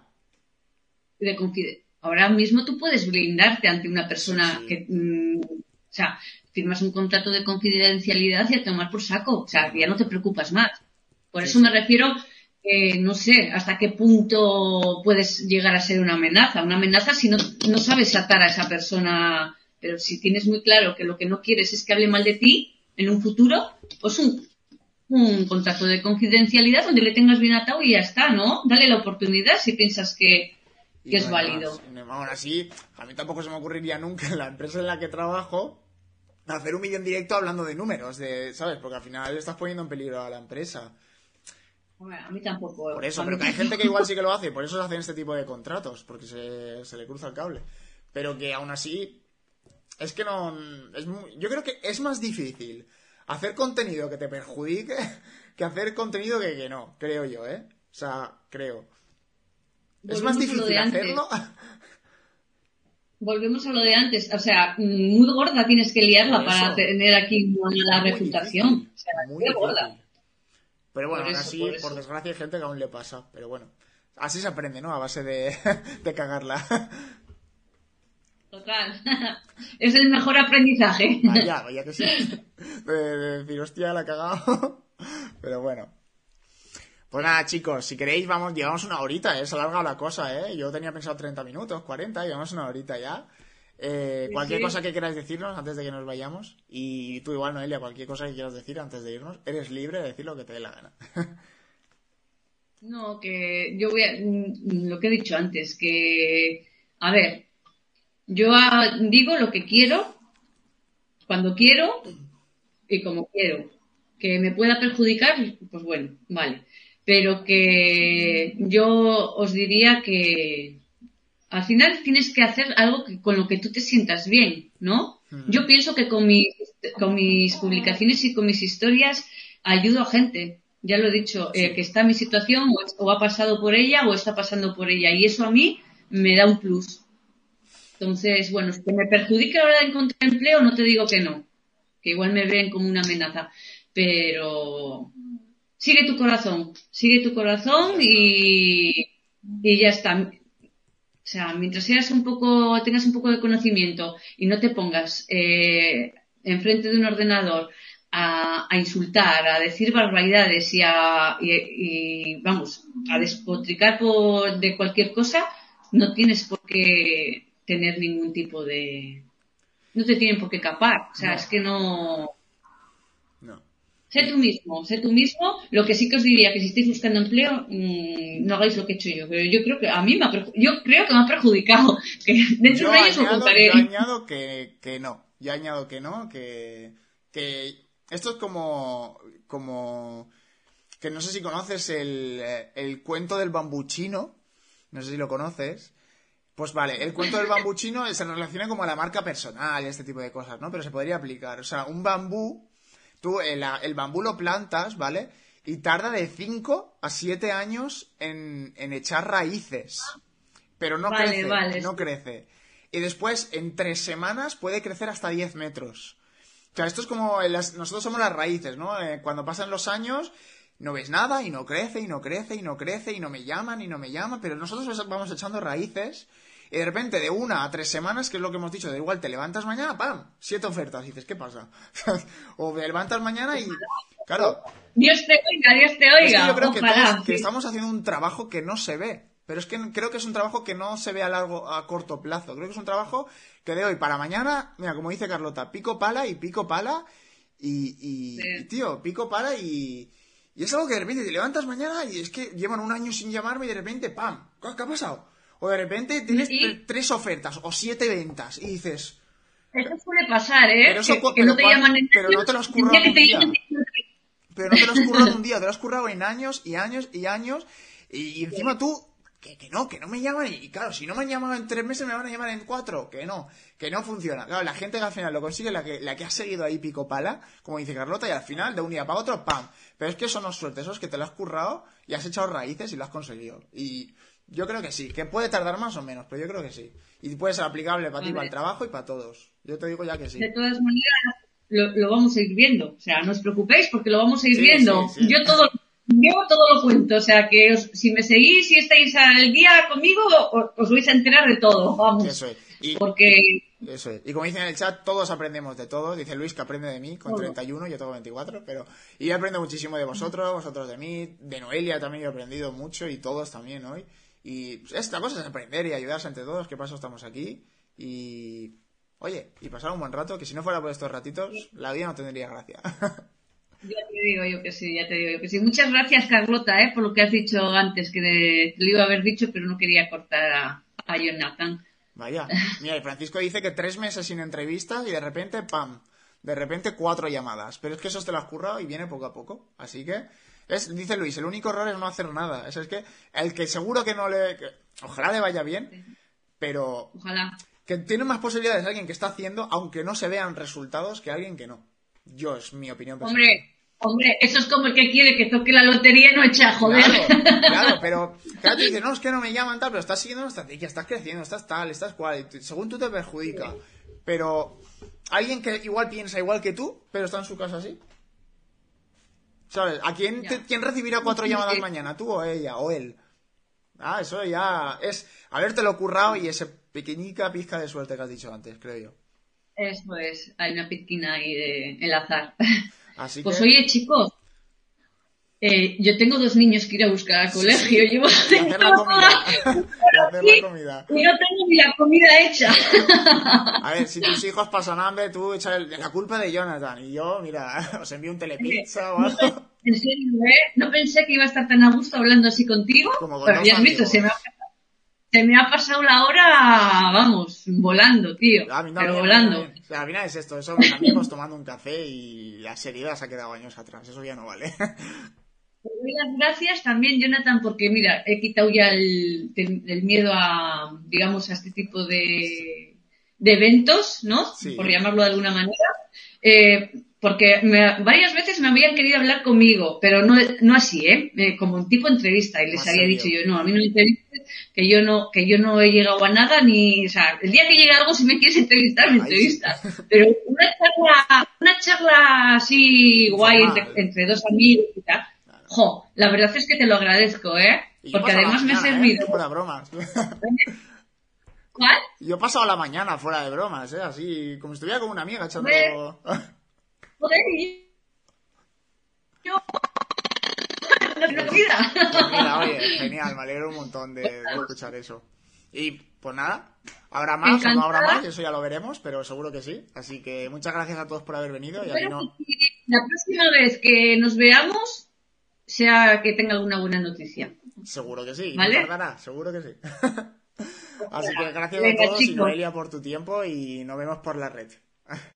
Ahora mismo tú puedes blindarte ante una persona Sí. que, o sea, firmas un contrato de confidencialidad y a tomar por saco. O sea, ya no te preocupas más. Por eso me refiero, no sé hasta qué punto puedes llegar a ser una amenaza. Una amenaza si no sabes atar a esa persona, pero si tienes muy claro que lo que no quieres es que hable mal de ti en un futuro, pues un contrato de confidencialidad donde le tengas bien atado y ya está, ¿no? Dale la oportunidad si piensas que es válido. Aún así, a mí tampoco se me ocurriría nunca en la empresa en la que trabajo hacer un vídeo en directo hablando de números, ¿sabes? Porque al final estás poniendo en peligro a la empresa. Bueno, a mí tampoco. Por eso, pero que hay gente que igual sí que lo hace, por eso se hacen este tipo de contratos, porque se le cruza el cable. Pero que aún así, es que no... yo creo que es más difícil hacer contenido que te perjudique que hacer contenido que no, creo yo, ¿eh? O sea, creo. Es más difícil hacerlo. Volvemos a lo de antes. O sea, muy gorda tienes que liarla para tener aquí la reputación. Difícil, o sea, muy gorda. Pero bueno, aún así, por desgracia, hay gente que aún le pasa. Pero bueno, así se aprende, ¿no? A base de cagarla. Total. Es el mejor aprendizaje. Vaya que sí. De decir, hostia, la he cagado. Pero bueno. Pues nada, chicos, si queréis, llevamos una horita, se ha alargado la cosa, Yo tenía pensado 30 minutos, 40, llevamos una horita ya. Cualquier cosa que queráis decirnos antes de que nos vayamos. Y tú igual, Noelia, cualquier cosa que quieras decir antes de irnos, eres libre de decir lo que te dé la gana. No, que yo voy a... Lo que he dicho antes, que... A ver, yo digo lo que quiero, cuando quiero y como quiero. Que me pueda perjudicar, pues bueno, vale. Pero que yo os diría que al final tienes que hacer algo con lo que tú te sientas bien, ¿no? Yo pienso que con mis publicaciones y con mis historias ayudo a gente. Ya lo he dicho, que está en mi situación o ha pasado por ella o está pasando por ella. Y eso a mí me da un plus. Entonces, bueno, si me perjudica a la hora de encontrar empleo, no te digo que no. Que igual me ven como una amenaza. Pero sigue tu corazón y ya está. O sea, mientras tengas un poco de conocimiento y no te pongas enfrente de un ordenador a insultar, a decir barbaridades y vamos, a despotricar de cualquier cosa, no tienes por qué tener ningún tipo de... No te tienen por qué capar. O sea, es que no... Sé tú mismo. Lo que sí que os diría que si estáis buscando empleo, no hagáis lo que he hecho yo. Pero yo creo que a mí me ha perjudicado. Que dentro de ellos lo contaré. Yo añado que no. Yo añado que no, que esto es como que no sé si conoces el cuento del bambuchino. No sé si lo conoces. Pues vale, el cuento del bambuchino se relaciona como a la marca personal y este tipo de cosas, ¿no? Pero se podría aplicar. O sea, un bambú... Tú el bambú lo plantas, ¿vale? Y tarda de 5 a 7 años en echar raíces. Pero no crece. Y después, en 3 semanas, puede crecer hasta 10 metros. O sea, esto es como... nosotros somos las raíces, ¿no? Cuando pasan los años, no ves nada y no crece, y no crece, y no crece, y no me llaman, pero nosotros vamos echando raíces... Y de repente, de 1 a 3 semanas, que es lo que hemos dicho, da igual, te levantas mañana, ¡pam! 7 ofertas. Y dices, ¿qué pasa? O te levantas mañana y, claro... Dios te oiga, Dios te oiga. Es que yo creo Ojalá, que estamos haciendo un trabajo que no se ve. Pero es que creo que es un trabajo que no se ve a corto plazo. Creo que es un trabajo que de hoy para mañana, mira, como dice Carlota, pico pala y pico pala y tío, pico pala y es algo que de repente te levantas mañana y es que llevan 1 año sin llamarme y de repente, ¡pam! ¿Qué ha pasado? O de repente tienes 3 ofertas o 7 ventas y dices... Eso suele pasar, ¿eh? Que no te llaman en... Pero no te lo has currado en un día. Pero no te lo has currado en un día, te lo has currado en años y años y años y encima tú... Que no me llaman y claro, si no me han llamado en 3 meses me van a llamar en 4, que no funciona. Claro, la gente que al final lo consigue, la que ha seguido ahí pico pala, como dice Carlota, y al final de un día para otro, ¡pam! Pero es que eso no es suerte, eso es que te lo has currado y has echado raíces y lo has conseguido. Y yo creo que sí, que puede tardar más o menos, pero yo creo que sí. Y puede ser aplicable para ti, para el trabajo y para todos. Yo te digo ya que sí. De todas maneras, lo vamos a ir viendo. O sea, no os preocupéis porque lo vamos a ir viendo. Sí. Yo todo lo cuento, o sea que si me seguís y estáis al día conmigo, os vais a enterar de todo, vamos. Eso es. Eso es. Y como dicen en el chat, todos aprendemos de todo. Dice Luis que aprende de mí con 31, yo tengo 24, pero... Y yo aprendo muchísimo de vosotros de mí, de Noelia también yo he aprendido mucho y todos también hoy. Y esta cosa es aprender y ayudarse entre todos, que paso estamos aquí. Y... Oye, y pasar un buen rato, que si no fuera por estos ratitos, la vida no tendría gracia. Ya te digo yo que sí. Muchas gracias, Carlota, por lo que has dicho antes, que te lo iba a haber dicho, pero no quería cortar a Jonathan. Vaya. Mira, y Francisco dice que 3 meses sin entrevistas y de repente, ¡pam! De repente 4 llamadas. Pero es que eso te lo has currado y viene poco a poco. Así que, dice Luis, el único error es no hacer nada. Eso es que el que seguro que no le... ojalá le vaya bien, pero... Ojalá. Que tiene más posibilidades alguien que está haciendo, aunque no se vean resultados, que alguien que no. Yo, es mi opinión personal. Hombre, eso es como el que quiere que toque la lotería y no echa, joder. Claro, pero claro, te dice, no, es que no me llaman tal, pero estás siguiendo una estrategia, estás creciendo, estás tal, estás cual, y según tú te perjudica. Pero alguien que igual piensa igual que tú, pero está en su casa así. ¿Sabes? ¿A quién recibirá 4 llamadas mañana? ¿Tú o ella o él? Ah, eso ya es habértelo currado y ese pequeñica pizca de suerte que has dicho antes, creo yo. Eso es, hay una pizquina ahí el azar. Así pues que... oye, chicos, yo tengo 2 niños que ir a buscar al colegio. Sí, y hacer la comida. Y no tengo ni la comida hecha. A ver, si tus hijos pasan hambre, tú echas la culpa de Jonathan. Y yo, mira, os envío un telepizza o algo. En serio, no pensé que iba a estar tan a gusto hablando así contigo. Pero ya has visto, se me ha pasado la hora, vamos, volando, tío. Pero volando. O sea, al final es esto, eso, mis amigos tomando un café y la seriedad se ha quedado años atrás. Eso ya no vale. Te doy las gracias también, Jonathan, porque mira, he quitado ya el miedo a, digamos, a este tipo de eventos, ¿no? Sí. Por llamarlo de alguna manera. Porque varias veces me habían querido hablar conmigo, pero no así, como un tipo entrevista, y les había dicho yo, no, a mí no me entrevistes, que yo no he llegado a nada, ni, o sea, el día que llegue algo, si me quieres entrevistar, me entrevistas. Sí. Pero una charla así guay entre 2 amigos y tal, jo, la verdad es que te lo agradezco, porque además me ha servido. Fuera de bromas. ¿Cuál? Yo he pasado la mañana fuera de bromas, así, como si estuviera con una amiga echando... Joder, yo... Mira, oye, genial, me alegro un montón de escuchar eso. Y, pues nada, habrá más o no habrá más, eso ya lo veremos, pero seguro que sí. Así que muchas gracias a todos por haber venido. Y a mí no... La próxima vez que nos veamos, sea que tenga alguna buena noticia. Seguro que sí, ¿vale? No tardará, seguro que sí. Así que gracias a todos, chicos. Y Noelia por tu tiempo y nos vemos por la red.